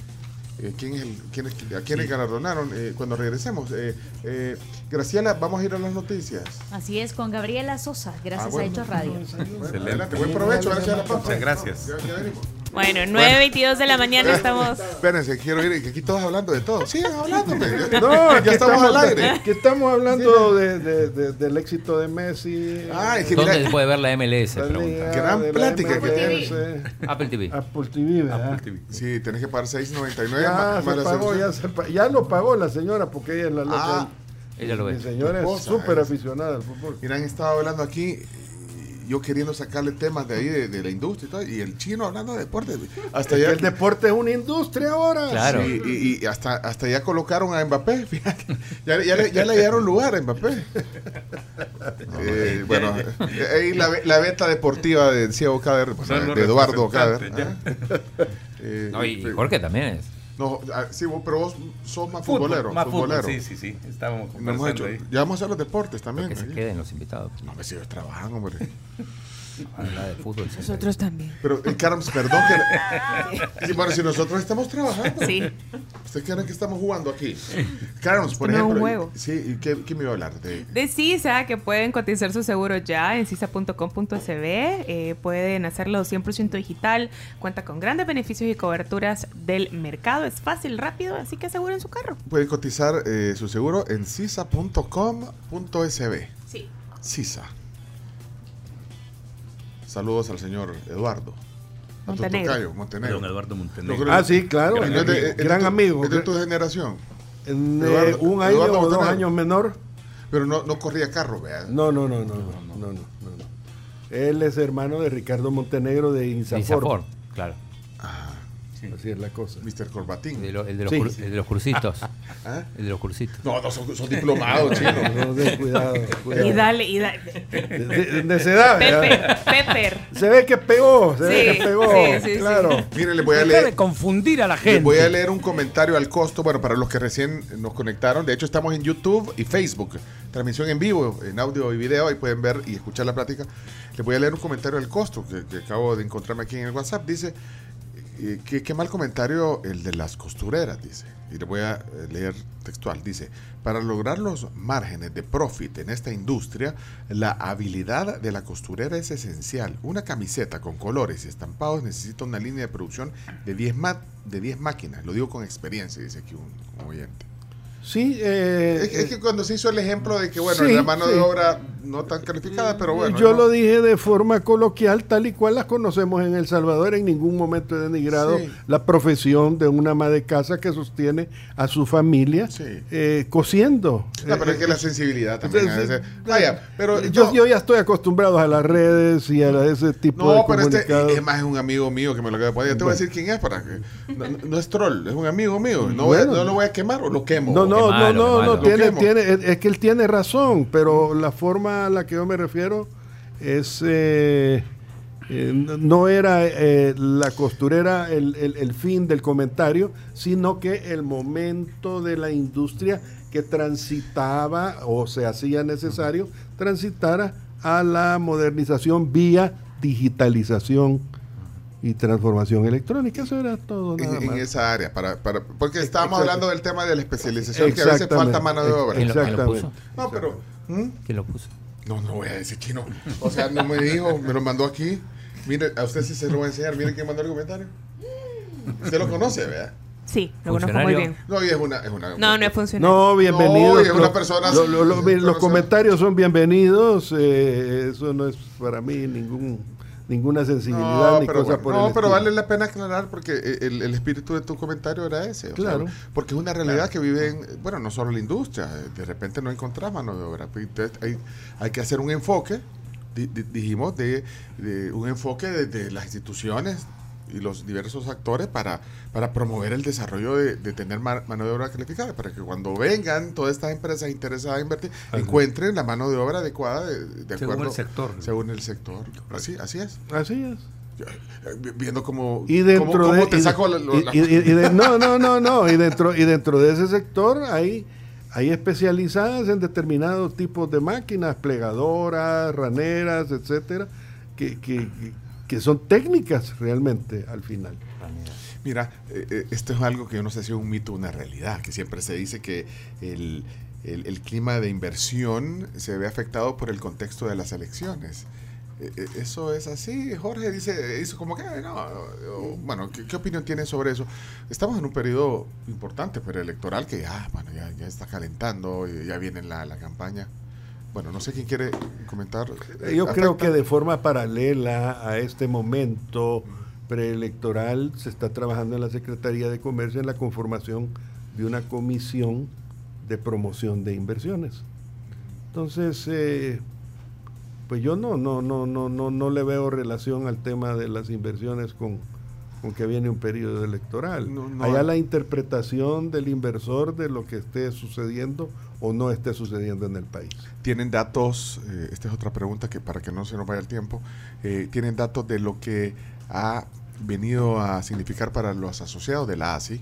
¿A quiénes galardonaron cuando regresemos? Graciela, vamos a ir a las noticias. Así es, con Gabriela Sosa, gracias a Hechos Radio. Adelante, buen provecho. Muchas gracias. Bueno, 9:22 de la mañana estamos... Espérense, quiero ir, que aquí todos hablando de todo. Sigan hablándome. No, ya estamos al aire. Que estamos hablando del éxito de Messi. Es que ¿dónde se puede ver la MLS? Gran plática. Apple TV. Apple TV, ¿verdad? Apple TV. Sí, tenés que pagar $6.99. Ya lo pagó la señora porque ella es la loca. Ella lo ve. Mi señora es súper aficionada al fútbol. Mira, han estado hablando aquí, yo queriendo sacarle temas de ahí, de la industria y todo, y el chino hablando de deporte. Hasta ya, el deporte es una industria ahora. Claro. Sí, y hasta ya colocaron a Mbappé, fíjate. Ya le dieron lugar a Mbappé. Bueno, ahí la beta deportiva de Ciego Cader, de Eduardo Cader. Y Jorge también es. No, sí, pero vos sos más futbolero. Fútbol, sí. Estábamos conversando ahí. Ya vamos a hacer los deportes también. Que se queden los invitados. No, me sigo trabajando, hombre. Habla de fútbol. Nosotros también. Pero, Carms, perdón que... Bueno, si nosotros estamos trabajando. Sí. ¿Ustedes creen que estamos jugando aquí? Carms, por no ejemplo... un juego. Sí, ¿qué me iba a hablar? De CISA, que pueden cotizar su seguro ya en cisa.com.sb. Pueden hacerlo 100% digital. Cuenta con grandes beneficios y coberturas del mercado. Es fácil, rápido, así que aseguren su carro. Pueden cotizar su seguro en cisa.com.sb. Sí. CISA. Saludos al señor Eduardo Montenegro. Don Eduardo Montenegro. Sí, claro. Gran amigo. ¿Es de tu generación? Un año o 2 años menor. Pero no corría carro, vea. No. Él es hermano de Ricardo Montenegro de Insafor. Claro. Sí. Así es la cosa. Mr. Corbatín. El de los cursitos. El de los cursitos. No, son diplomados, chino. No, cuidado. Y dale. Necedad. Pepper. Se ve que pegó. Sí, claro. Miren, les voy a leer. de confundir a la gente. Les voy a leer un comentario al costo. Bueno, para los que recién nos conectaron. De hecho, estamos en YouTube y Facebook. Transmisión en vivo, en audio y video. Ahí pueden ver y escuchar la plática. Les voy a leer un comentario al costo que acabo de encontrarme aquí en el WhatsApp. Dice... Qué mal comentario el de las costureras, dice. Y le voy a leer textual. Dice, para lograr los márgenes de profit en esta industria, la habilidad de la costurera es esencial. Una camiseta con colores y estampados necesita una línea de producción de 10 máquinas. Lo digo con experiencia, dice aquí un oyente. Sí, es que cuando se hizo el ejemplo de que, bueno, la mano de obra no tan calificada, pero bueno. Yo lo dije de forma coloquial, tal y cual las conocemos en El Salvador. En ningún momento he denigrado la profesión de una ama de casa que sostiene a su familia cosiendo. No, pero es que la sensibilidad también a veces. Vaya, pero yo ya estoy acostumbrado a las redes y a ese tipo de comunicados. Es más, es un amigo mío que me lo acaba de poner. Te voy a decir quién es para que no es troll, es un amigo mío. No lo voy a quemar o lo quemo. No, es que él tiene razón, pero la forma a la que yo me refiero es no era la costurera el fin del comentario, sino que el momento de la industria que transitaba o se hacía necesario transitara a la modernización vía digitalización y transformación electrónica. Eso era todo en esa área, porque estábamos hablando del tema de la especialización, que a veces falta mano de obra. ¿Quién lo puso? No, pero ¿quién lo puso? No voy a decir chino. O sea, no me dijo, me lo mandó aquí. Mire, a usted sí se lo voy a enseñar. Mire quién mandó el comentario. Usted lo conoce, ¿verdad? Sí, lo conozco muy bien. No, y es una no es funcionario. No, bienvenido. No, es una persona. Los comentarios son bienvenidos. Eso no es para mí ninguna sensibilidad ni cosa por el estilo. Pero vale la pena aclarar porque el espíritu de tu comentario era ese. Claro. Porque es una realidad que viven, bueno, no solo la industria, de repente no encontrás mano de obra. Entonces hay que hacer un enfoque, dijimos, de un enfoque de las instituciones y los diversos actores para promover el desarrollo de tener mano de obra calificada, para que cuando vengan todas estas empresas interesadas en invertir, encuentren la mano de obra adecuada de acuerdo según el sector. Según el sector. Así es. Así es. Viendo cómo y dentro cómo de te saco y dentro de ese sector hay especializadas en determinados tipos de máquinas, plegadoras, raneras, etcétera, que son técnicas realmente al final. Mira, esto es algo que yo no sé si es un mito o una realidad, que siempre se dice que el clima de inversión se ve afectado por el contexto de las elecciones. ¿Eso es así? Jorge dice como que no. Bueno, ¿qué opinión tiene sobre eso? Estamos en un periodo importante preelectoral que ya está calentando, ya viene la campaña. Bueno, no sé quién quiere comentar. Yo creo que de forma paralela a este momento preelectoral se está trabajando en la Secretaría de Comercio en la conformación de una comisión de promoción de inversiones. Entonces, pues yo no le veo relación al tema de las inversiones con que viene un periodo electoral. Allá la interpretación del inversor de lo que esté sucediendo o no esté sucediendo en el país. ¿Tienen datos? Esta es otra pregunta que para que no se nos vaya el tiempo. ¿Tienen datos de lo que ha venido a significar para los asociados de la ASI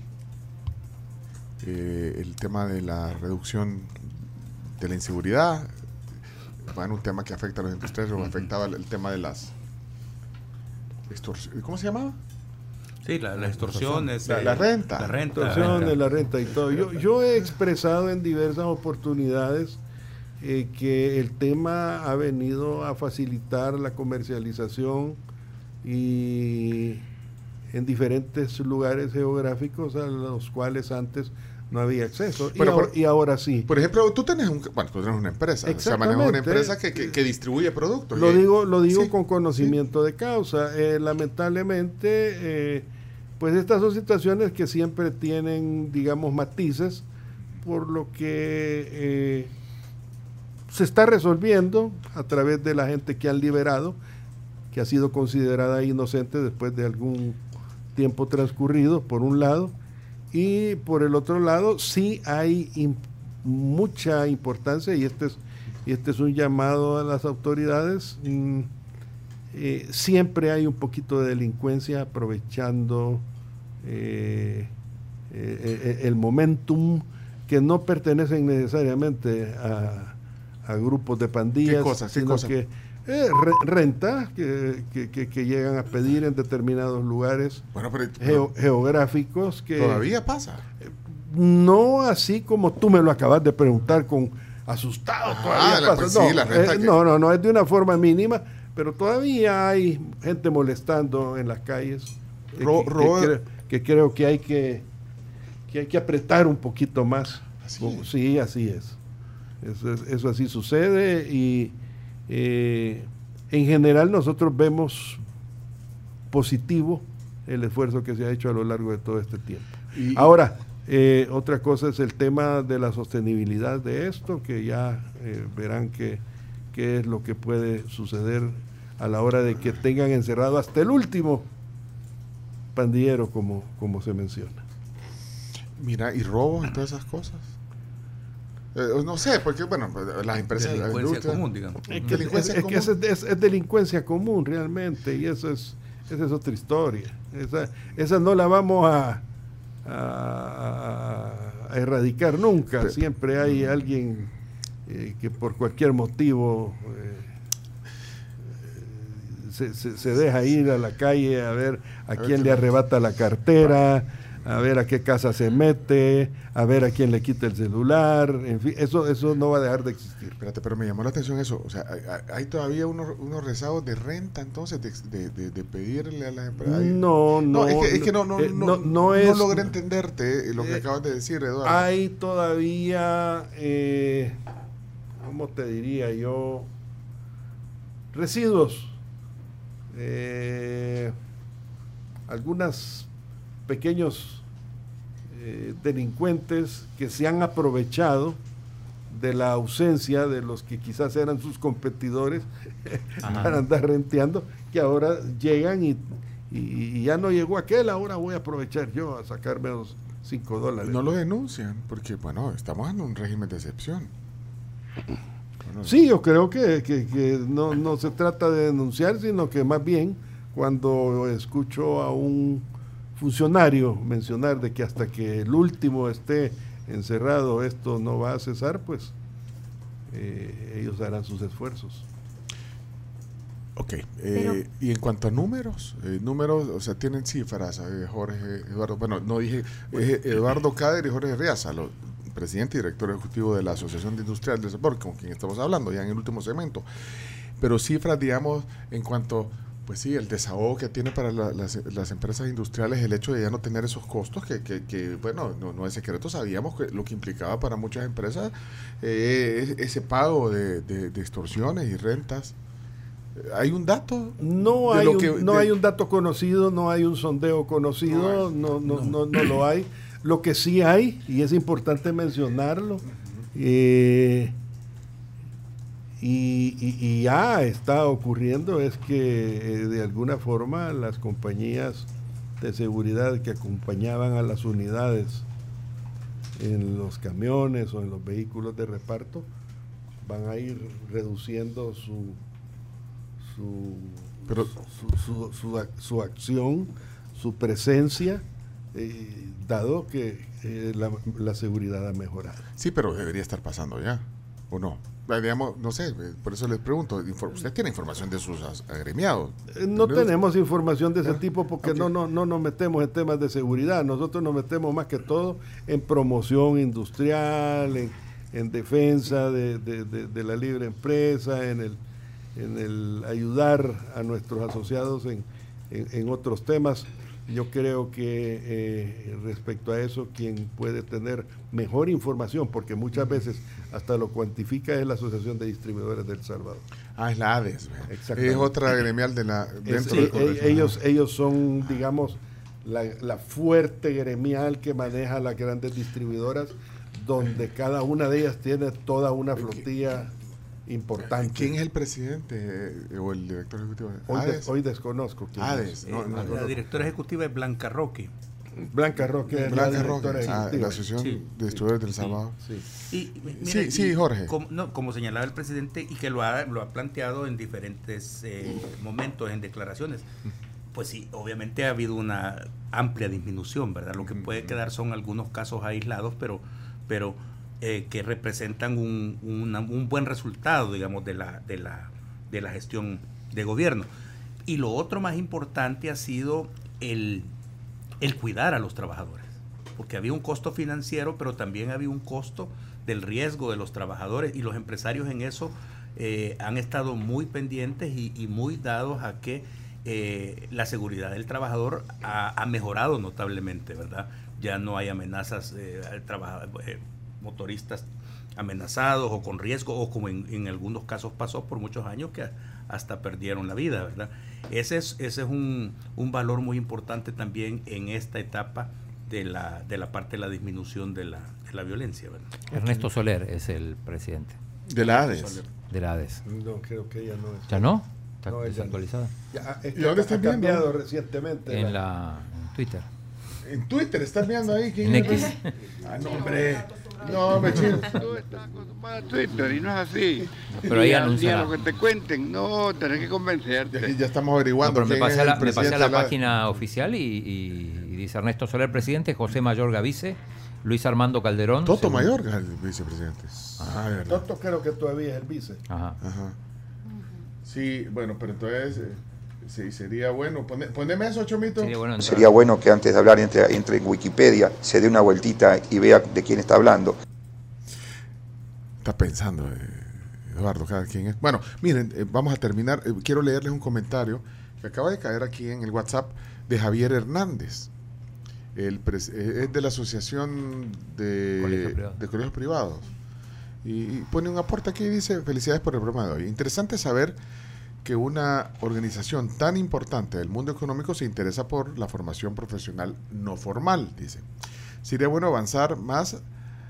el tema de la reducción de la inseguridad? Bueno, un tema que afecta a los industriales, o afectaba el tema de las extorsiones. ¿Cómo se llamaba? Sí, las extorsiones. La renta. La renta y todo. Yo he expresado en diversas oportunidades que el tema ha venido a facilitar la comercialización y en diferentes lugares geográficos a los cuales antes no había acceso. Y ahora sí. Por ejemplo, tú tienes una empresa. O sea, manejas una empresa que distribuye productos. Lo digo sí, con conocimiento de causa. Lamentablemente, pues estas son situaciones que siempre tienen, digamos, matices, por lo que se está resolviendo a través de la gente que han liberado, que ha sido considerada inocente después de algún tiempo transcurrido, por un lado. Y por el otro lado, sí hay mucha importancia, y este es un llamado a las autoridades. Siempre hay un poquito de delincuencia aprovechando el momentum, que no pertenecen necesariamente a grupos de pandillas, sino que rentas que llegan a pedir en determinados lugares geográficos que todavía pasa. No así como tú me lo acabas de preguntar con asustado. Todavía pasa. No, es de una forma mínima, pero todavía hay gente molestando en las calles que creo que hay que apretar un poquito más. Sí, así es. Eso así sucede, y en general nosotros vemos positivo el esfuerzo que se ha hecho a lo largo de todo este tiempo. Ahora, otra cosa es el tema de la sostenibilidad de esto, que ya verán qué es lo que puede suceder a la hora de que tengan encerrado hasta el último pandillero, como se menciona. Mira, y robos y todas esas cosas. No sé, porque bueno, las empresas... Delincuencia común, digamos. Es delincuencia común realmente, y esa es otra historia. Esa no la vamos a erradicar nunca. Siempre hay alguien que por cualquier motivo se deja ir a la calle a ver a quién le arrebata la cartera, a ver a qué casa se mete, a ver a quién le quita el celular, en fin, eso no va a dejar de existir. Espérate, pero me llamó la atención eso, o sea, hay todavía unos rezagos de renta, entonces, de pedirle a las empresas. No logré entenderte lo que acabas de decir, Eduardo. Hay todavía, ¿cómo te diría yo? Residuos, algunos pequeños delincuentes que se han aprovechado de la ausencia de los que quizás eran sus competidores para andar renteando, que ahora llegan y y ya no llegó aquel, ahora voy a aprovechar yo a sacarme los $5. No lo denuncian, porque bueno, estamos en un régimen de excepción. Bueno, sí, yo creo que no se trata de denunciar, sino que más bien cuando escucho a un funcionario mencionar de que hasta que el último esté encerrado esto no va a cesar, pues ellos harán sus esfuerzos. Ok, y en cuanto a números, o sea, tienen cifras, Jorge, Eduardo, bueno, no dije, Eduardo Cader y Jorge Riaza, presidente y director ejecutivo de la Asociación de Industrial de Sabor, con quien estamos hablando ya en el último segmento, pero cifras, digamos, en cuanto, pues sí, el desahogo que tiene para las empresas industriales, el hecho de ya no tener esos costos, que bueno, no es secreto, sabíamos que lo que implicaba para muchas empresas ese pago de extorsiones y rentas. ¿Hay un dato? No hay un dato conocido, no hay un sondeo conocido, no lo hay. Lo que sí hay, y es importante mencionarlo, y ya está ocurriendo, es que de alguna forma las compañías de seguridad que acompañaban a las unidades en los camiones o en los vehículos de reparto van a ir reduciendo su acción, su presencia, dado que la seguridad ha mejorado. Sí, pero debería estar pasando ya, ¿o no? Digamos, no sé, por eso les pregunto, ¿usted tiene información de sus agremiados? No tenemos información de ese tipo porque no nos metemos en temas de seguridad, nosotros nos metemos más que todo en promoción industrial, en defensa de la libre empresa, en el ayudar a nuestros asociados en otros temas. Yo creo que respecto a eso, quien puede tener mejor información, porque muchas veces hasta lo cuantifica, es la Asociación de Distribuidores del Salvador. Ah, es la ADES. Es otra gremial de la... Ellos son, digamos, la fuerte gremial que maneja las grandes distribuidoras, donde cada una de ellas tiene toda una flotilla importante. ¿Quién es el presidente o el director ejecutivo? Hoy desconozco quién es. La directora ejecutiva es Blanca Roque. Blanca Roque, la Asociación de Distribuidores del Salvador. Sí, Jorge. Como señalaba el presidente, y que lo ha planteado en diferentes momentos, en declaraciones, pues sí, obviamente ha habido una amplia disminución, ¿verdad? Lo que puede quedar son algunos casos aislados, pero que representan un buen resultado, digamos, de la gestión de gobierno. Y lo otro más importante ha sido el cuidar a los trabajadores, porque había un costo financiero, pero también había un costo del riesgo de los trabajadores, y los empresarios en eso han estado muy pendientes y muy dados a que la seguridad del trabajador ha mejorado notablemente, ¿verdad? Ya no hay amenazas motoristas amenazados o con riesgo, o como en algunos casos pasó por muchos años, que hasta perdieron la vida, ¿verdad? Ese es un valor muy importante también en esta etapa de la parte de la disminución de la violencia, ¿verdad? Ernesto Soler es el presidente. De la ADES. De la ADES. No, creo que ella no es. ¿Ya no? ¿Está desactualizada? ¿Y dónde está cambiado recientemente? En Twitter. ¿En Twitter estás viendo ahí? En X. No, hombre. No, hombre, chido. Tú estás acostumbrado a Twitter y no es así. Pero ahí anuncia lo que te cuenten, no, tenés que convencerte. Ya estamos averiguando. No, pero me pasé a la página oficial y dice Ernesto Soler, presidente, José Mayorga, vice, Luis Armando Calderón. Toto Mayorga, el vicepresidente. Toto creo que todavía es el vice. Ajá. Sí, bueno, pero entonces... Sí, sería bueno. Poneme eso, Chomito. Sería bueno que antes de hablar entre en Wikipedia, se dé una vueltita y vea de quién está hablando. Está pensando, Eduardo, cada quien es. Bueno, miren, vamos a terminar. Quiero leerles un comentario que acaba de caer aquí en el WhatsApp de Javier Hernández. Es de la Asociación de Colegios Privados. Y pone un aporte aquí y dice: felicidades por el programa de hoy. Interesante saber que una organización tan importante del mundo económico se interesa por la formación profesional no formal, dice. Sería bueno avanzar más.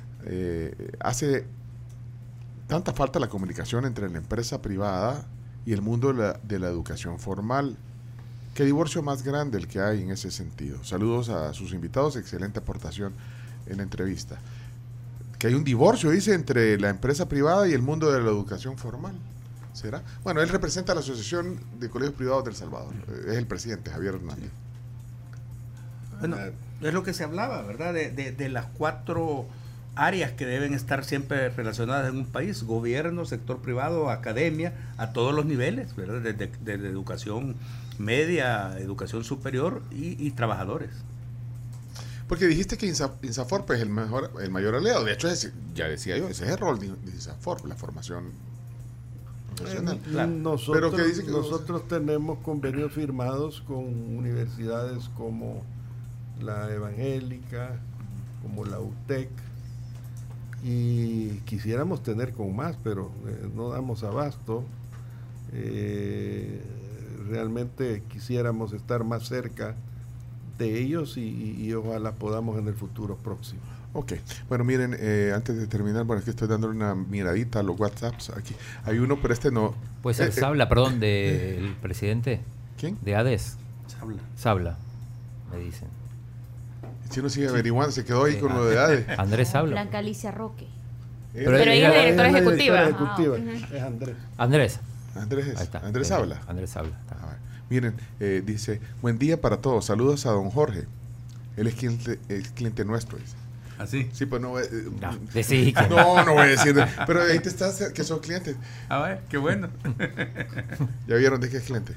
Hace tanta falta la comunicación entre la empresa privada y el mundo de la educación formal. Qué divorcio más grande el que hay en ese sentido. Saludos a sus invitados, excelente aportación en la entrevista. Que hay un divorcio, dice, entre la empresa privada y el mundo de la educación formal. ¿Será? Bueno, él representa a la Asociación de Colegios Privados del Salvador. Es el presidente, Javier Hernández. Bueno, es lo que se hablaba, ¿verdad? De las 4 áreas que deben estar siempre relacionadas en un país: gobierno, sector privado, academia, a todos los niveles, ¿verdad? Desde educación media, educación superior y trabajadores. Porque dijiste que INSAFORP es el mayor aliado. De hecho, ya decía yo, ese es el rol de INSAFORP, la formación profesional. Claro. Nosotros tenemos convenios firmados con universidades como la Evangélica, como la UTEC, y quisiéramos tener con más, pero no damos abasto. Realmente quisiéramos estar más cerca de ellos y ojalá podamos en el futuro próximo. Ok, bueno, miren, antes de terminar, bueno, es que estoy dándole una miradita a los WhatsApps aquí. Hay uno, pero este no. Pues Sabla, perdón, del presidente. ¿Quién? De ADES. Sabla, me dicen. Si uno sigue averiguando, se quedó ahí con lo de ADES. Andrés Sabla. Blanca Alicia Roque. Pero ella es directora ejecutiva. Es Andrés. Ahí está. Andrés Sabla. Andrés Sabla. Miren, dice, buen día para todos, saludos a don Jorge. Él es cliente nuestro, dice. ¿Ah, sí? Sí, pues no voy no voy a decir, pero ahí te estás, que son clientes. Ah, bueno, qué bueno. ¿Ya vieron de qué es cliente?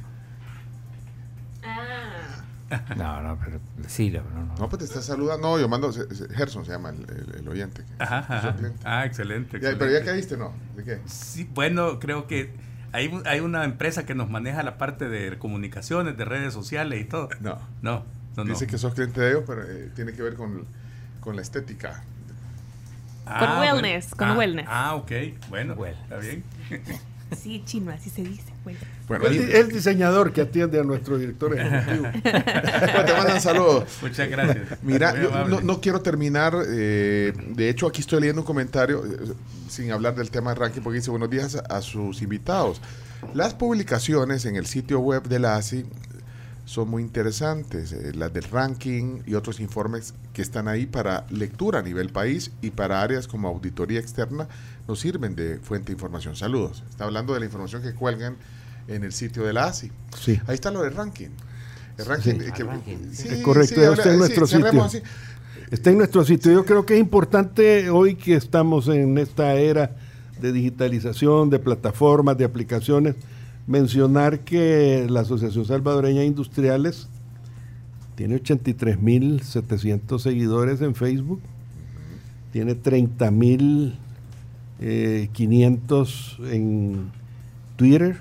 No, pero sí, no, pues te está saludando. No, yo mando, Gerson se llama el oyente. Ajá. Excelente. Pero ya caíste, ¿no? ¿De qué? Sí, bueno, creo que hay una empresa que nos maneja la parte de comunicaciones, de redes sociales y todo. No. Dice que sos cliente de ellos, pero tiene que ver con la estética. Con wellness, wellness. Ok, bueno, está bien. Sí, chino, así se dice. Bueno, el diseñador que atiende a nuestro director ejecutivo. Te mandan saludos. Muchas gracias. Mira, no quiero terminar. De hecho, aquí estoy leyendo un comentario sin hablar del tema de ranking, porque dice: buenos días a sus invitados. Las publicaciones en el sitio web de la ASI son muy interesantes, las del ranking y otros informes que están ahí para lectura a nivel país y para áreas como auditoría externa nos sirven de fuente de información. Saludos. Está hablando de la información que cuelgan en el sitio de la ASI. Sí. Ahí está lo del ranking. El ranking. Es correcto, está en nuestro sitio. Está en nuestro sitio. Yo creo que es importante hoy que estamos en esta era de digitalización, de plataformas, de aplicaciones, mencionar que la Asociación Salvadoreña de Industriales tiene 83.700 seguidores en Facebook, tiene 30.500 en Twitter,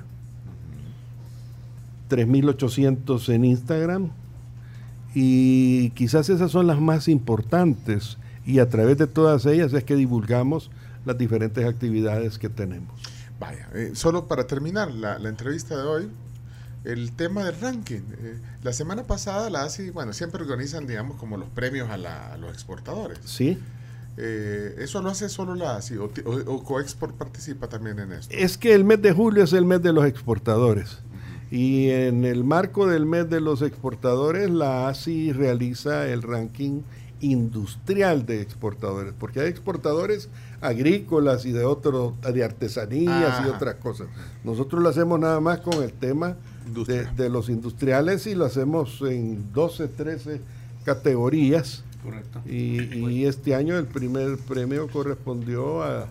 3.800 en Instagram, y quizás esas son las más importantes, y a través de todas ellas es que divulgamos las diferentes actividades que tenemos. Vaya, solo para terminar la entrevista de hoy, el tema del ranking. La semana pasada la ASI, siempre organizan, digamos, como los premios a los exportadores. Sí. ¿Eso lo hace solo la ASI o Coexport participa también en esto? Es que el mes de julio es el mes de los exportadores. Y en el marco del mes de los exportadores, la ASI realiza el ranking industrial de exportadores, porque hay exportadores agrícolas y de artesanías y otras cosas. Nosotros lo hacemos nada más con el tema de los industriales y lo hacemos en 12, 13 categorías. Correcto. Y este año el primer premio correspondió a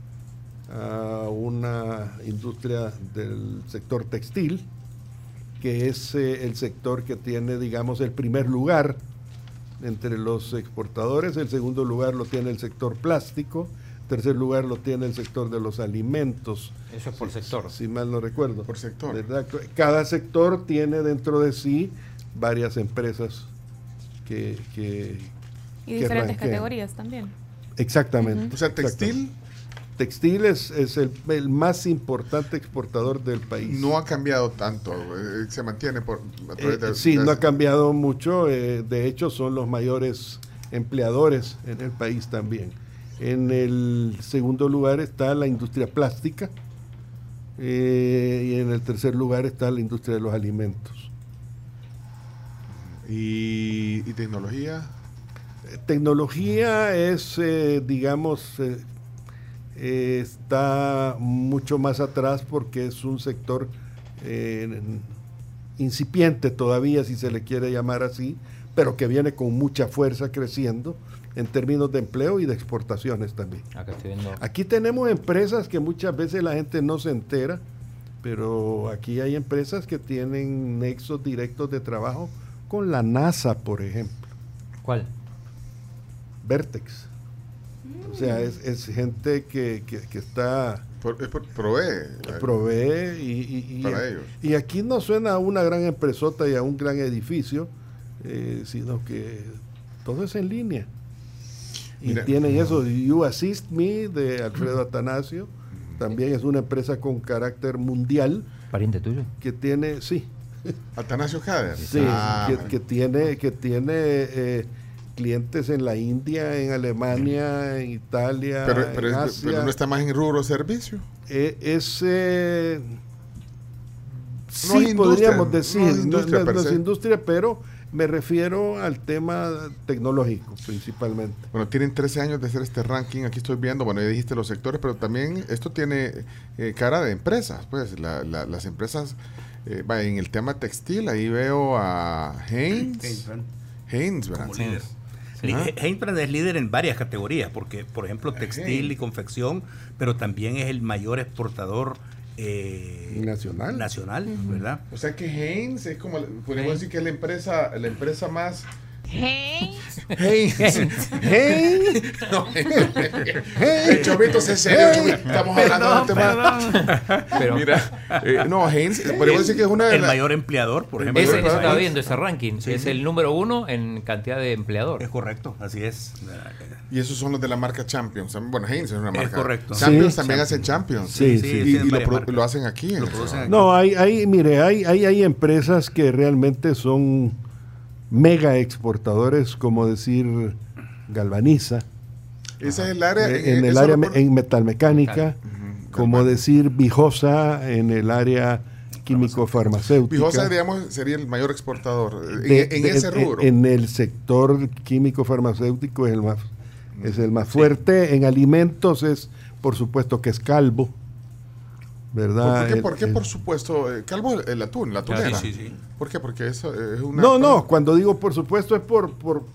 una industria del sector textil, que es el sector que tiene, digamos, el primer lugar entre los exportadores. El segundo lugar lo tiene el sector plástico, tercer lugar lo tiene el sector de los alimentos. Eso es por sector. Si mal no recuerdo. Por sector. ¿Verdad? Cada sector tiene dentro de sí varias empresas que y diferentes categorías también. Exactamente. O sea, textil es el más importante exportador del país. No ha cambiado tanto, se mantiene no ha cambiado mucho, de hecho son los mayores empleadores en el país también. En el segundo lugar está la industria plástica y en el tercer lugar está la industria de los alimentos. ¿Y tecnología? Tecnología es, está mucho más atrás porque es un sector incipiente todavía, si se le quiere llamar así, pero que viene con mucha fuerza creciendo en términos de empleo y de exportaciones también. Acá estoy viendo. Aquí tenemos empresas que muchas veces la gente no se entera, pero aquí hay empresas que tienen nexos directos de trabajo con la NASA, por ejemplo. ¿Cuál? Vertex. O sea, es gente que está... Provee y para ellos. Y aquí no suena a una gran empresota y a un gran edificio, sino que todo es en línea. Y Mira, tienen eso, You Assist Me, de Alfredo Atanasio, también es una empresa con carácter mundial. ¿Pariente tuyo? Que tiene, sí. Atanasio Jader. Sí, que tiene clientes en la India, en Alemania, en Italia, en Asia. Pero no está más en rubro servicio. Sí, podríamos decir, no es industria, pero me refiero al tema tecnológico principalmente. Bueno, tienen 13 años de hacer este ranking, aquí estoy viendo, bueno, ya dijiste los sectores, pero también esto tiene cara de empresas, pues las empresas, en el tema textil, ahí veo a Hanesbrands, como líder. Hanesbrands es líder en varias categorías, porque por ejemplo textil y confección, pero también es el mayor exportador nacional, ¿verdad? O sea que Hanes es como, podemos decir que es la empresa más... Hanes. Chovito, sé serio, estamos hablando de un tema. Pero mira, Hanes, podemos decir que es una de el mayor empleador, por ejemplo. Ese estaba viendo ese ranking, es el número 1 en cantidad de empleadores. Es correcto, así es. Y esos son los de la marca Champions. Bueno, Hanes es una marca. Es correcto. Champions también hacen Champions. Sí. Y lo hacen aquí. No, hay empresas que realmente son mega exportadores, como decir Galvaniza. Ese es el área en metalmecánica, como decir Vijosa en el área químico-farmacéutica. Vijosa, digamos, sería el mayor exportador en ese rubro. En el sector químico-farmacéutico es el más fuerte. En alimentos es, por supuesto, que es Calvo, ¿verdad? ¿Por qué? Por supuesto, Calvo, el atún, la atunera. Sí. ¿Por qué? Porque eso es una... No, cuando digo por supuesto es por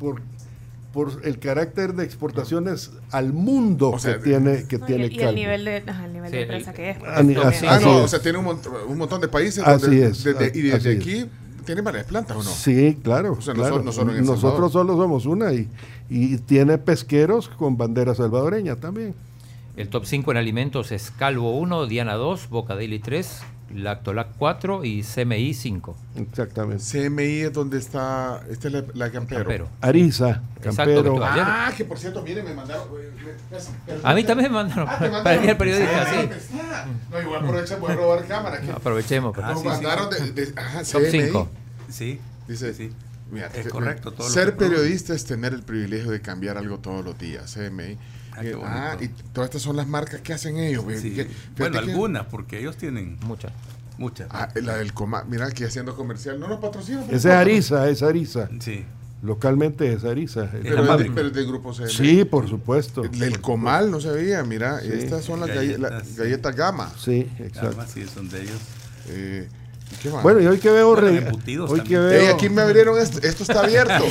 el carácder de exportaciones al mundo, o sea, que tiene Calvo. Y el nivel de empresa que es. O sea, tiene un montón de países. Así es. Y desde aquí tiene varias plantas, ¿o no? Sí, claro. O sea, claro. Nosotros solo somos una y tiene pesqueros con bandera salvadoreña también. El top 5 en alimentos es Calvo 1, Diana 2, Bocadilly 3, Lactolac 4 y CMI 5. Exactamente. CMI es donde está, esta es la Campero. Ariza, Campero. Exacto, que por cierto, miren, me mandaron... A mí también me mandaron. Para el periodista, sí. No, voy a aprovechar, voy a robar cámara. Aprovechemos. Nos mandaron top 5. Sí. Dice, sí. Mira, es correcto. Todo ser periodista es tener el privilegio de cambiar algo todos los días. CMI. Y todas estas son las marcas que hacen ellos. Sí. Bueno, algunas, porque ellos tienen muchas. La del Comal, mira, aquí haciendo comercial. No nos patrocinan. Esa es Ariza. Sí. Localmente es Ariza. Pero es del grupo CMI. Sí, por supuesto. El Comal, no sabía, mira, estas son las galletas Gama. Sí, exacto. Gama, sí, son de ellos. Bueno, y hoy que veo aquí me abrieron esto está abierto.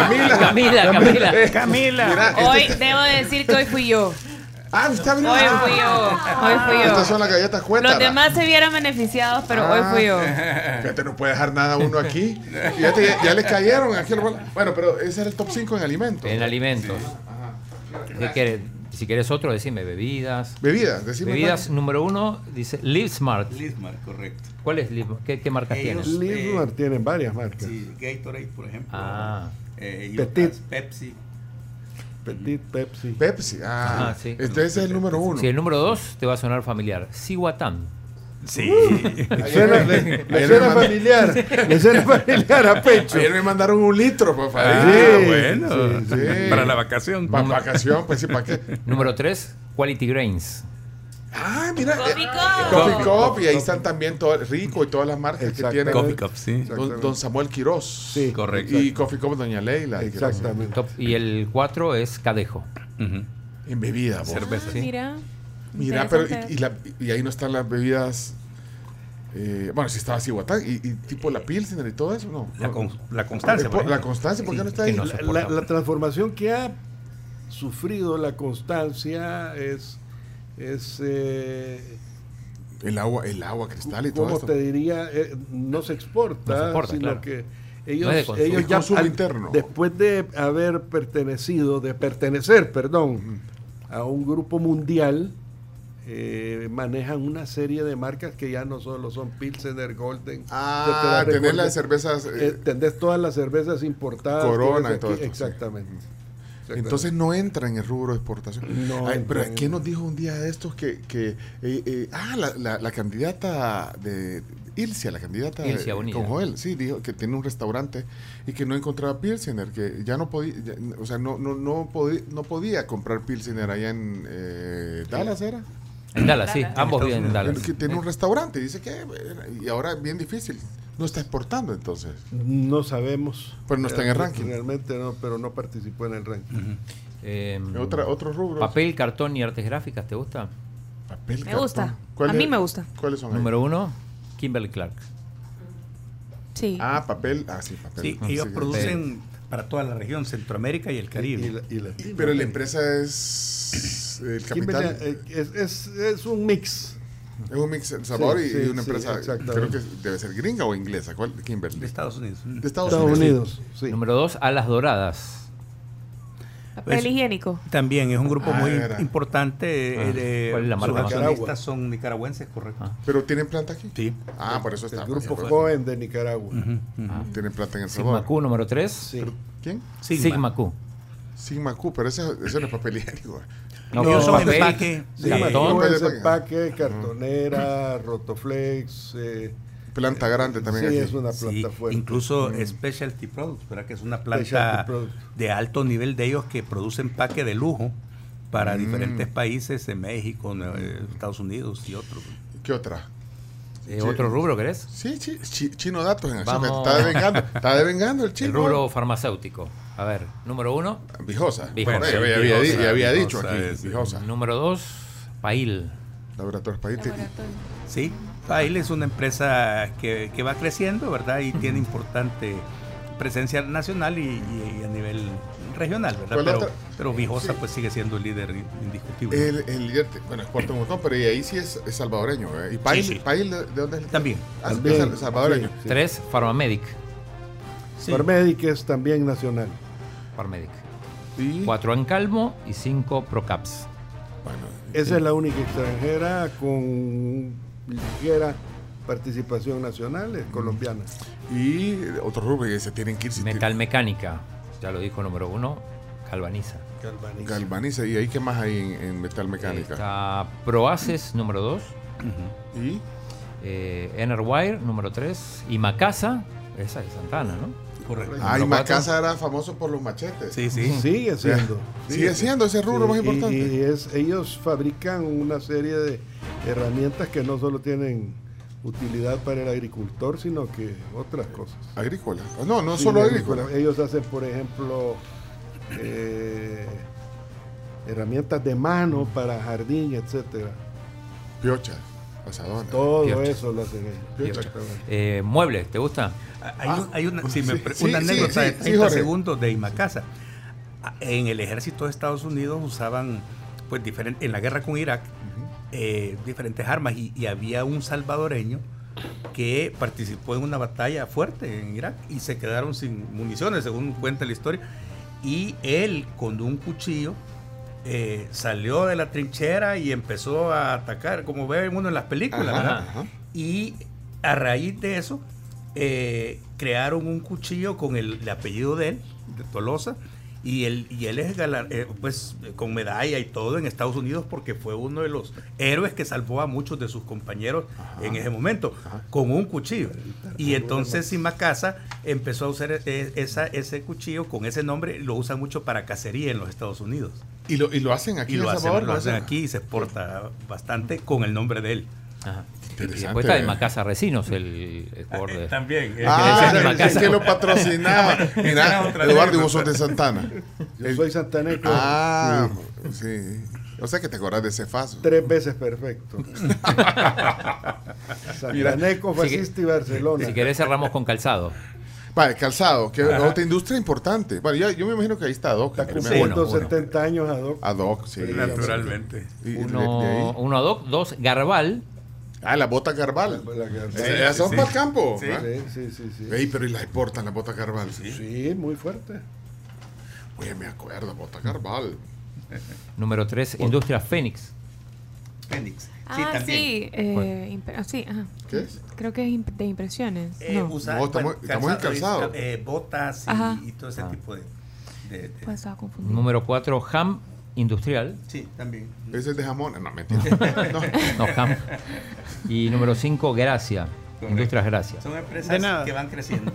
Camila. Mira, hoy debo decir que hoy fui yo. Está bien. Hoy fui yo. Estas son las galletas Cuétara. Los demás se vieron beneficiados, pero hoy fui yo. Fíjate, no puede dejar nada uno aquí. Fíjate, ya les cayeron aquí. Bueno, pero ese era el top 5 en alimentos. En alimentos. ¿Qué quieres? Si quieres otro, decime bebidas. Decime. Bebidas, número 1, dice Livsmart. Livsmart, correcto. ¿Cuál es Livsmart? ¿Qué marcas tienes? Livsmart tienen varias marcas. Sí, Gatorade, por ejemplo. Pepsi. Pepsi. Sí. Este es el número 1. Sí, el número 2 te va a sonar familiar. Cihuatán. Sí. Le suena familiar a pecho. Ayer me mandaron 1 litro, por favor. Bueno. Sí. Para la vacación. Para vacación, pues sí, ¿para qué? Número 3, Quality Grains. Ah, mira. Coffee Coffee Cup. Y ahí están también Rico y todas las marcas que tienen. Coffee Cup, sí. Don Samuel Quiroz. Sí, correcto. Y Coffee Cup Doña Leila. Exactamente. Y el 4 es Cadejo. En bebida, vos. Cerveza. Sí. Mira, pero y ahí no están las bebidas. Bueno, si estaba Cihuatán y tipo la Pilsner y todo eso, ¿no? La Constancia. por La ejemplo. Constancia, ¿por qué Sí, no está que ahí? no se soporta. La transformación que ha sufrido la Constancia es El agua cristal y todo ¿cómo esto. te diría? No se exporta, No se exporta, sino claro. que No es de ellos consumo. ya Consumo interno. después de haber pertenecer, a un grupo mundial, manejan una serie de marcas que ya no solo son Pilsener, Golden. Ah, tener las cervezas. Tenés todas las cervezas importadas. Corona que y todo aquí, esto, exactamente. Entonces no entra en el rubro de exportación. No Ay, entra pero ¿quién nos dijo un día de estos la candidata de Ilcia, la candidata Ilcia Bonilla. con Joel, sí, dijo que tiene un restaurante y que no encontraba Pilsener, que ya no podía, o sea, no podía comprar Pilsener allá en Dallas, ¿era? En Dallas, sí. Ambos viven en Dallas. Que tiene un restaurante, dice que, y ahora es bien difícil. No está exportando entonces. No sabemos. Pero no está en el ranking. Realmente no, pero no participó en el ranking. Otro rubro. Papel, cartón y artes gráficas, ¿te gusta? Papel, Me gusta. ¿Cuál A mí es? me gusta. ¿Cuáles son? Número 1, Kimberly Clark. Sí. Ah, papel. Ah, sí, papel. Sí, ellos producen para toda la región, Centroamérica y el Caribe. Pero la empresa es el capital. Es un mix. Es un mix de sabor y una empresa, exactamente. creo que debe ser gringa o inglesa. ¿Cuál? Kimberly. De Estados Unidos. De Estados Unidos, sí. Número 2, Alas Doradas. Papel higiénico. También es un grupo muy era. importante. ¿Cuál es la marca? Sus accionistas son nicaragüenses, correcto. ¿Pero tienen planta aquí? Sí. Ah, por eso está. El grupo pues, joven de Nicaragua. tienen planta en El Sigma Salvador. Q, número 3. Sí. ¿Quién? Sigma Q. Sigma Q, pero ese no es papel higiénico. No, Ellos son papel, empaque. cartón. Papel de Es empaque. empaque, cartonera, Rotoflex. Planta grande también Sí, aquí. es una Sí, planta fuerte. incluso Specialty Products, ¿verdad? Que es una Specialty planta Products. de alto nivel de ellos que produce empaque de lujo para diferentes países en México, Estados Unidos y otros. ¿Qué otra? ¿Otro rubro querés? Sí, Chino Datos en acción. Vamos. Está devengando el chino. El rubro farmacéutico. A ver, número 1. Vijosa. Vijosa. Bueno, ya había dicho Vijosa aquí. es, Vijosa. Número 2, Pail. Laboratorios País. Sí, Pail es una empresa que va creciendo, ¿verdad? Y tiene importante presencia nacional y a nivel regional, ¿verdad? Pero Vijosa pues sigue siendo el líder indiscutible. El líder, bueno, exporta un montón, pero y ahí sí es salvadoreño. ¿Y Pail, Sí, sí. Pail ¿de dónde es? También. Ah, También, es salvadoreño. sí. 3, Pharmamedic. Sí. Parmedic es también nacional. Pharmamedic. Y 4, Ancalmo y 5, Procaps. bueno, Esa es la única extranjera con ligera participación nacional, es colombiana. y otro rubro que se tienen que ir. Metalmecánica. Ya lo dijo número 1, Galvaniza. Galvaniza. ¿Y ahí qué más hay en metal mecánica? Está Proaces, número 2. Y Enerwire, número 3. Y Macasa, esa es Santana, ¿no? Correcto. Ay, Número Macasa era famoso por los machetes. Sí, sí. Sigue siendo. Sigue siendo ese rubro más importante. Y ellos fabrican una serie de herramientas que no solo tienen utilidad para el agricultor, sino que otras cosas. Agrícola. No, no Sí, solo agrícola. Ellos hacen, por ejemplo, herramientas de mano para jardín, etcétera. Piocha, asadona. Todo Piocha. eso lo hacen ellos. Piocha. Exactamente. Muebles, ¿te gusta? Hay una, si me pre- sí, una sí, anécdota de sí, 30 Jorge. segundos de Imacasa. En el ejército de Estados Unidos usaban, pues, en la guerra con Irak, diferentes armas y había un salvadoreño que participó en una batalla fuerte en Irak y se quedaron sin municiones, según cuenta la historia. Y él, con un cuchillo, salió de la trinchera y empezó a atacar, como ve uno en las películas, Ajá, ¿verdad? ajá. Y a raíz de eso, crearon un cuchillo con el apellido de él, de Tolosa, y él es pues con medalla y todo en Estados Unidos porque fue uno de los héroes que salvó a muchos de sus compañeros en ese momento, con un cuchillo. Y entonces Imacasa empezó a usar ese cuchillo con ese nombre, lo usan mucho para cacería en los Estados Unidos. ¿Y lo hacen aquí y en lo El Salvador? lo hacen aquí y se exporta bastante con el nombre de él. Ajá. Y después está el Macasa Recinos, el jugador de... También. Es que lo patrocinaba. Mira, Eduardo, y vos sos de Santana. Yo soy santaneco. Sí. O sea que te acordás de ese faso. 3 veces perfecto. Santaneco, Fascista y Barcelona. Si querés cerramos con calzado. Vale, calzado, que es otra industria importante. Bueno, yo me imagino que ahí está Adoc. Está cumpliendo 70 años Adoc. Adoc, sí. Naturalmente. Uno Adoc, 2 Garbal. Las botas Garbal. Esas son para el campo. Sí. Ey, pero ¿y las exportan las botas Garbal? Sí, muy fuerte. Oye, me acuerdo, botas Garbal. Número 3, Industria Fénix. Fénix. Sí, también. Sí, ajá. ¿Qué es? Creo que es de impresiones. Estamos en calzado. Botas y todo ese tipo de... Pues estaba confundido. Número 4, Ham Industrial. Sí, también. Ese es de jamón. No, mentira. No, Ham. Y número 5, Gracia. Industrias Gracia. Son empresas que van creciendo.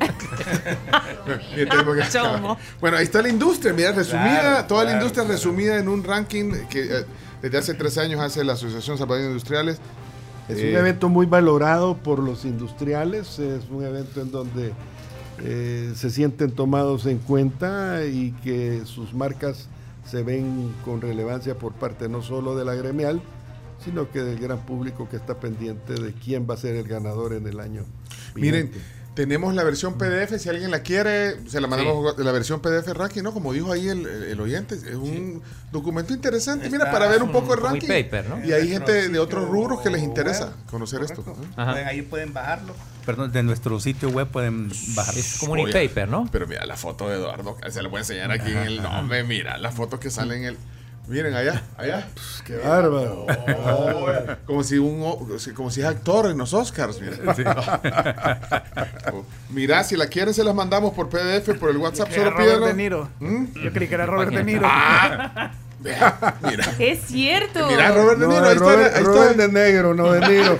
Bueno, ahí está la industria, mira, resumida, toda la industria resumida en un ranking que desde hace 13 años hace la Asociación Salvadoreña de Industriales. Es un evento muy valorado por los industriales, es un evento en donde se sienten tomados en cuenta y que sus marcas se ven con relevancia por parte no solo de la gremial, sino que del gran público que está pendiente de quién va a ser el ganador en el año. Miren, tenemos la versión PDF, si alguien la quiere, se la mandamos la versión PDF ranking, ¿no? Como dijo ahí el oyente, es un documento interesante, mira, para ver un poco el ranking. Paper, ¿no? Y hay gente de otros rubros que les interesa conocer esto. Ahí pueden bajarlo. Perdón, de nuestro sitio web pueden bajarlo. Es como un e-paper, ¿no? Pero mira la foto de Eduardo, se la voy a enseñar aquí en el nombre, mira la foto que sale en el... Miren allá. ¡Qué bárbaro! Como si es actor en los Oscars. Mira, si la quieren se las mandamos por PDF, por el WhatsApp. Solo pídanlo. De Niro. Yo creí que era Robert De Niro. Mira. Es cierto. Mira, Robert De Niro. Ahí está. Robert de negro, no De Niro.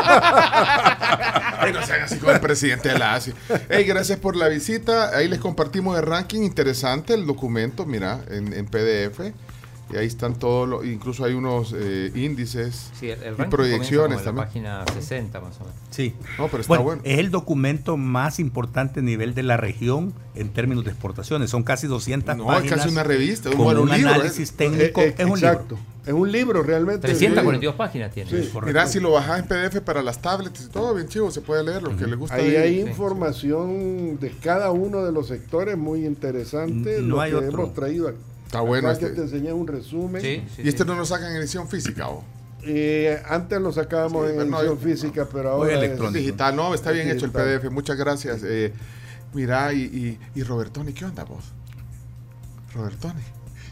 Ay, no sean así con el presidente de la ASI. Hey, gracias por la visita. Ahí les compartimos el ranking. Interesante el documento, mira, en PDF. Y ahí están todos, incluso hay unos índices y proyecciones también. En la página 60 más o menos. Sí. No, pero está bueno. Es el documento más importante a nivel de la región en términos de exportaciones. Son casi 200 páginas. Es casi una revista, con un libro, análisis técnico. Es un libro. Es un libro realmente. 342 páginas tiene. Sí. Mira, si lo bajas en PDF para las tablets y todo, bien chivo, se puede leer lo que le gusta. Ahí hay información de cada uno de los sectores muy interesante. No hay otro. Hemos traído aquí. Está bueno que te enseñé un resumen. ¿Y este no lo sacan en edición física o? Antes lo sacábamos en edición física, pero ahora es digital. No, está bien hecho el PDF. Muchas gracias. Mira, y Robertoni, ¿qué onda vos? Robertoni.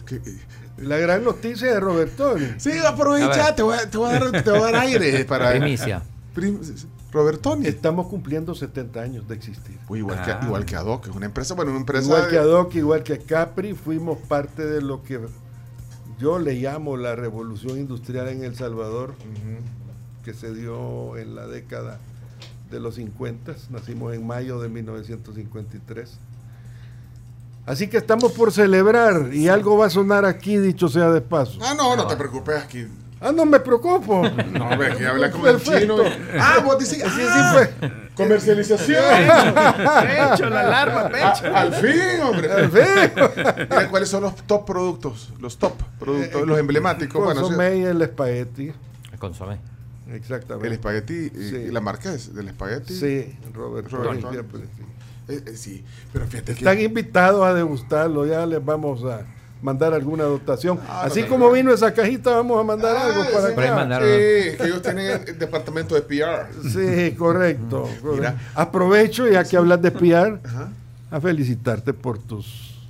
La gran noticia de Robertoni. Sí, aprovecha, te voy a dar aire para primicia. Robertoni. Estamos cumpliendo 70 años de existir. Igual que Adoc, que es una empresa, una empresa... Igual que Adoc, igual que Capri, fuimos parte de lo que yo le llamo la revolución industrial en El Salvador, que se dio en la década de los 50. Nacimos en mayo de 1953. Así que estamos por celebrar y algo va a sonar aquí, dicho sea de paso. No te preocupes aquí. No me preocupo. No, ve, que habla como el chino. Vos decís, sí fue. Comercialización. Pecho, la alarma, pecho. Al fin, hombre. Al fin. Mira, ¿cuáles son los top productos? Los top productos, los emblemáticos. Consomé y el espagueti. El consomé. Exactamente. El espagueti, sí. ¿La marca es del espagueti? Sí, Robert. Sí, pero fíjate que... Están invitados a degustarlo, ya les vamos a mandar alguna dotación. Así como vino esa cajita, vamos a mandar algo para acá. Sí, que ellos tienen el departamento de PR. Sí, correcto. Mira. Aprovecho, ya que hablas de PR, a felicitarte por tu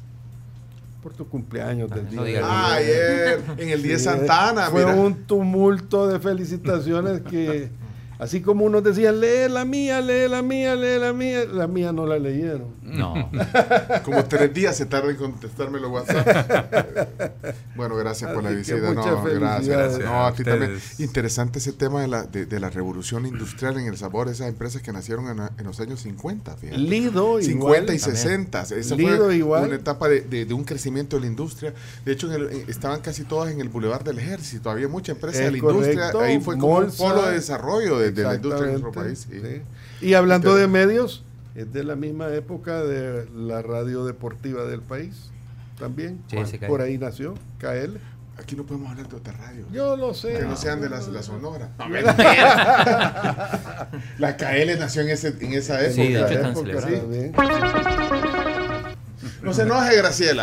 cumpleaños del día. Ayer, en el día de Santana. Fue un tumulto de felicitaciones que Así como unos decían, lee la mía, la mía no la leyeron. No. Como 3 días se tarda en contestarme los WhatsApp. Bueno, gracias por la visita. No, gracias. No, a ti también. Interesante ese tema de la revolución industrial en El Salvador, esas empresas que nacieron en los años 50. Fíjate. Lido 50 igual, y 60. Esa Lido fue igual. una etapa de un crecimiento de la industria. De hecho, estaban casi todas en el Boulevard del Ejército. Había mucha empresa de la industria. Ahí fue como un polo de desarrollo de la industria en nuestro país. Sí. Y hablando de medios, es de la misma época de la radio deportiva del país. También. Por ahí nació KL. Aquí no podemos hablar de otra radio. Yo lo sé. Que no sean de la Sonora. No, la KL nació en esa época. Sí, de hecho no se enoje, Graciela.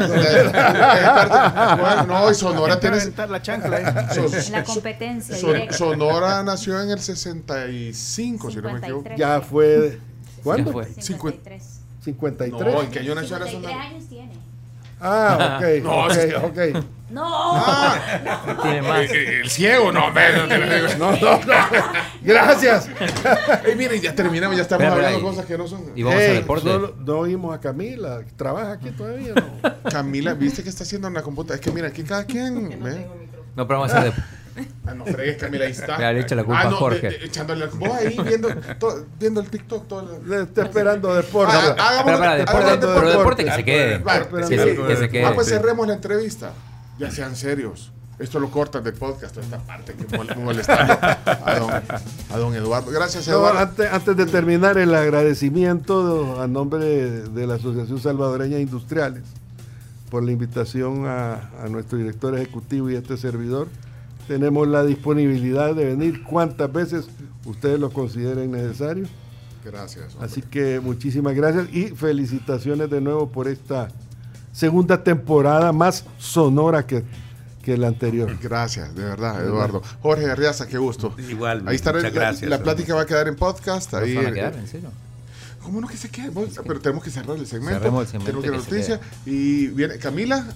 No, y Sonora tiene... la chancla. La competencia. Sonora nació en el 65, 53. Si no me equivoco. Ya fue... ¿Cuándo? Ya fue. 53. 53. No, ¿en qué año nació la 53 años tiene. Ah, ok. No, ok. No. Tiene más. El ciego, no. No. Gracias. Miren, ya terminamos, ya estamos hablando de cosas que no son. Y vamos a deporte. No oímos a Camila. ¿Trabaja aquí todavía? No. Camila, ¿viste que está haciendo en la computadora? Es que mira, aquí cada quien. No, pero vamos a hacer no fregues, Camila, ahí está. Le echa la culpa a Jorge. Echándole vos ahí viendo el TikTok todo. Está esperando deporte. Pero deporte que se quede. Que se quede. Pues cerremos la entrevista. Ya sean serios. Esto lo cortan del podcast, toda esta parte que molestando a don Eduardo. Gracias, Eduardo. Antes de terminar, el agradecimiento a nombre de la Asociación Salvadoreña de Industriales por la invitación a nuestro director ejecutivo y a este servidor. Tenemos la disponibilidad de venir cuantas veces ustedes lo consideren necesario. Gracias. Así que muchísimas gracias y felicitaciones de nuevo por esta segunda temporada más sonora que la anterior. Gracias, de verdad, Eduardo. Jorge Arriaza, qué gusto. Igual, ahí está. Muchas gracias. La plática va a quedar en podcast. Ahí van a quedar, ¿en serio? ¿Cómo no que se quede? Pero tenemos que cerrar el segmento. Cerremos el segmento. Tenemos que noticia. Y viene Camila.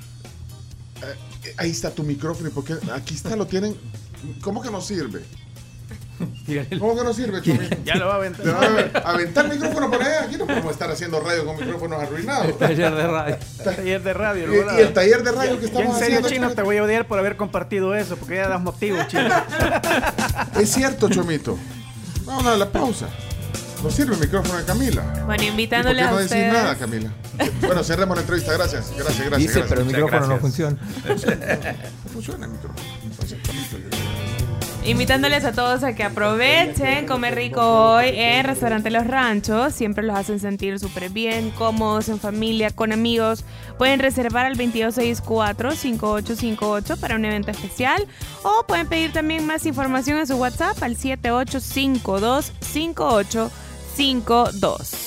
Ahí está tu micrófono, porque aquí está, lo tienen. ¿Cómo que no sirve? ¿Cómo que no sirve, Chomito? Ya lo va a aventar. Aventar el micrófono por allá. Aquí no podemos estar haciendo radio con micrófonos arruinados. Taller de radio. Taller de radio. Y el taller de radio que estamos haciendo. En serio, haciendo, Chino, te voy a odiar por haber compartido eso, porque ya das motivos, Chino. Es cierto, Chomito. Vamos a la pausa. No sirve el micrófono de Camila. Bueno, invitándole a ustedes. No decís nada, Camila. Bueno, cerremos la entrevista. Gracias. Dice, pero el micrófono no funciona. No funciona el micrófono. Invitándoles a todos a que aprovechen comer rico hoy en Restaurante Los Ranchos. Siempre los hacen sentir súper bien, cómodos, en familia, con amigos. Pueden reservar al 2264-5858 para un evento especial. O pueden pedir también más información en su WhatsApp al 7852-5852.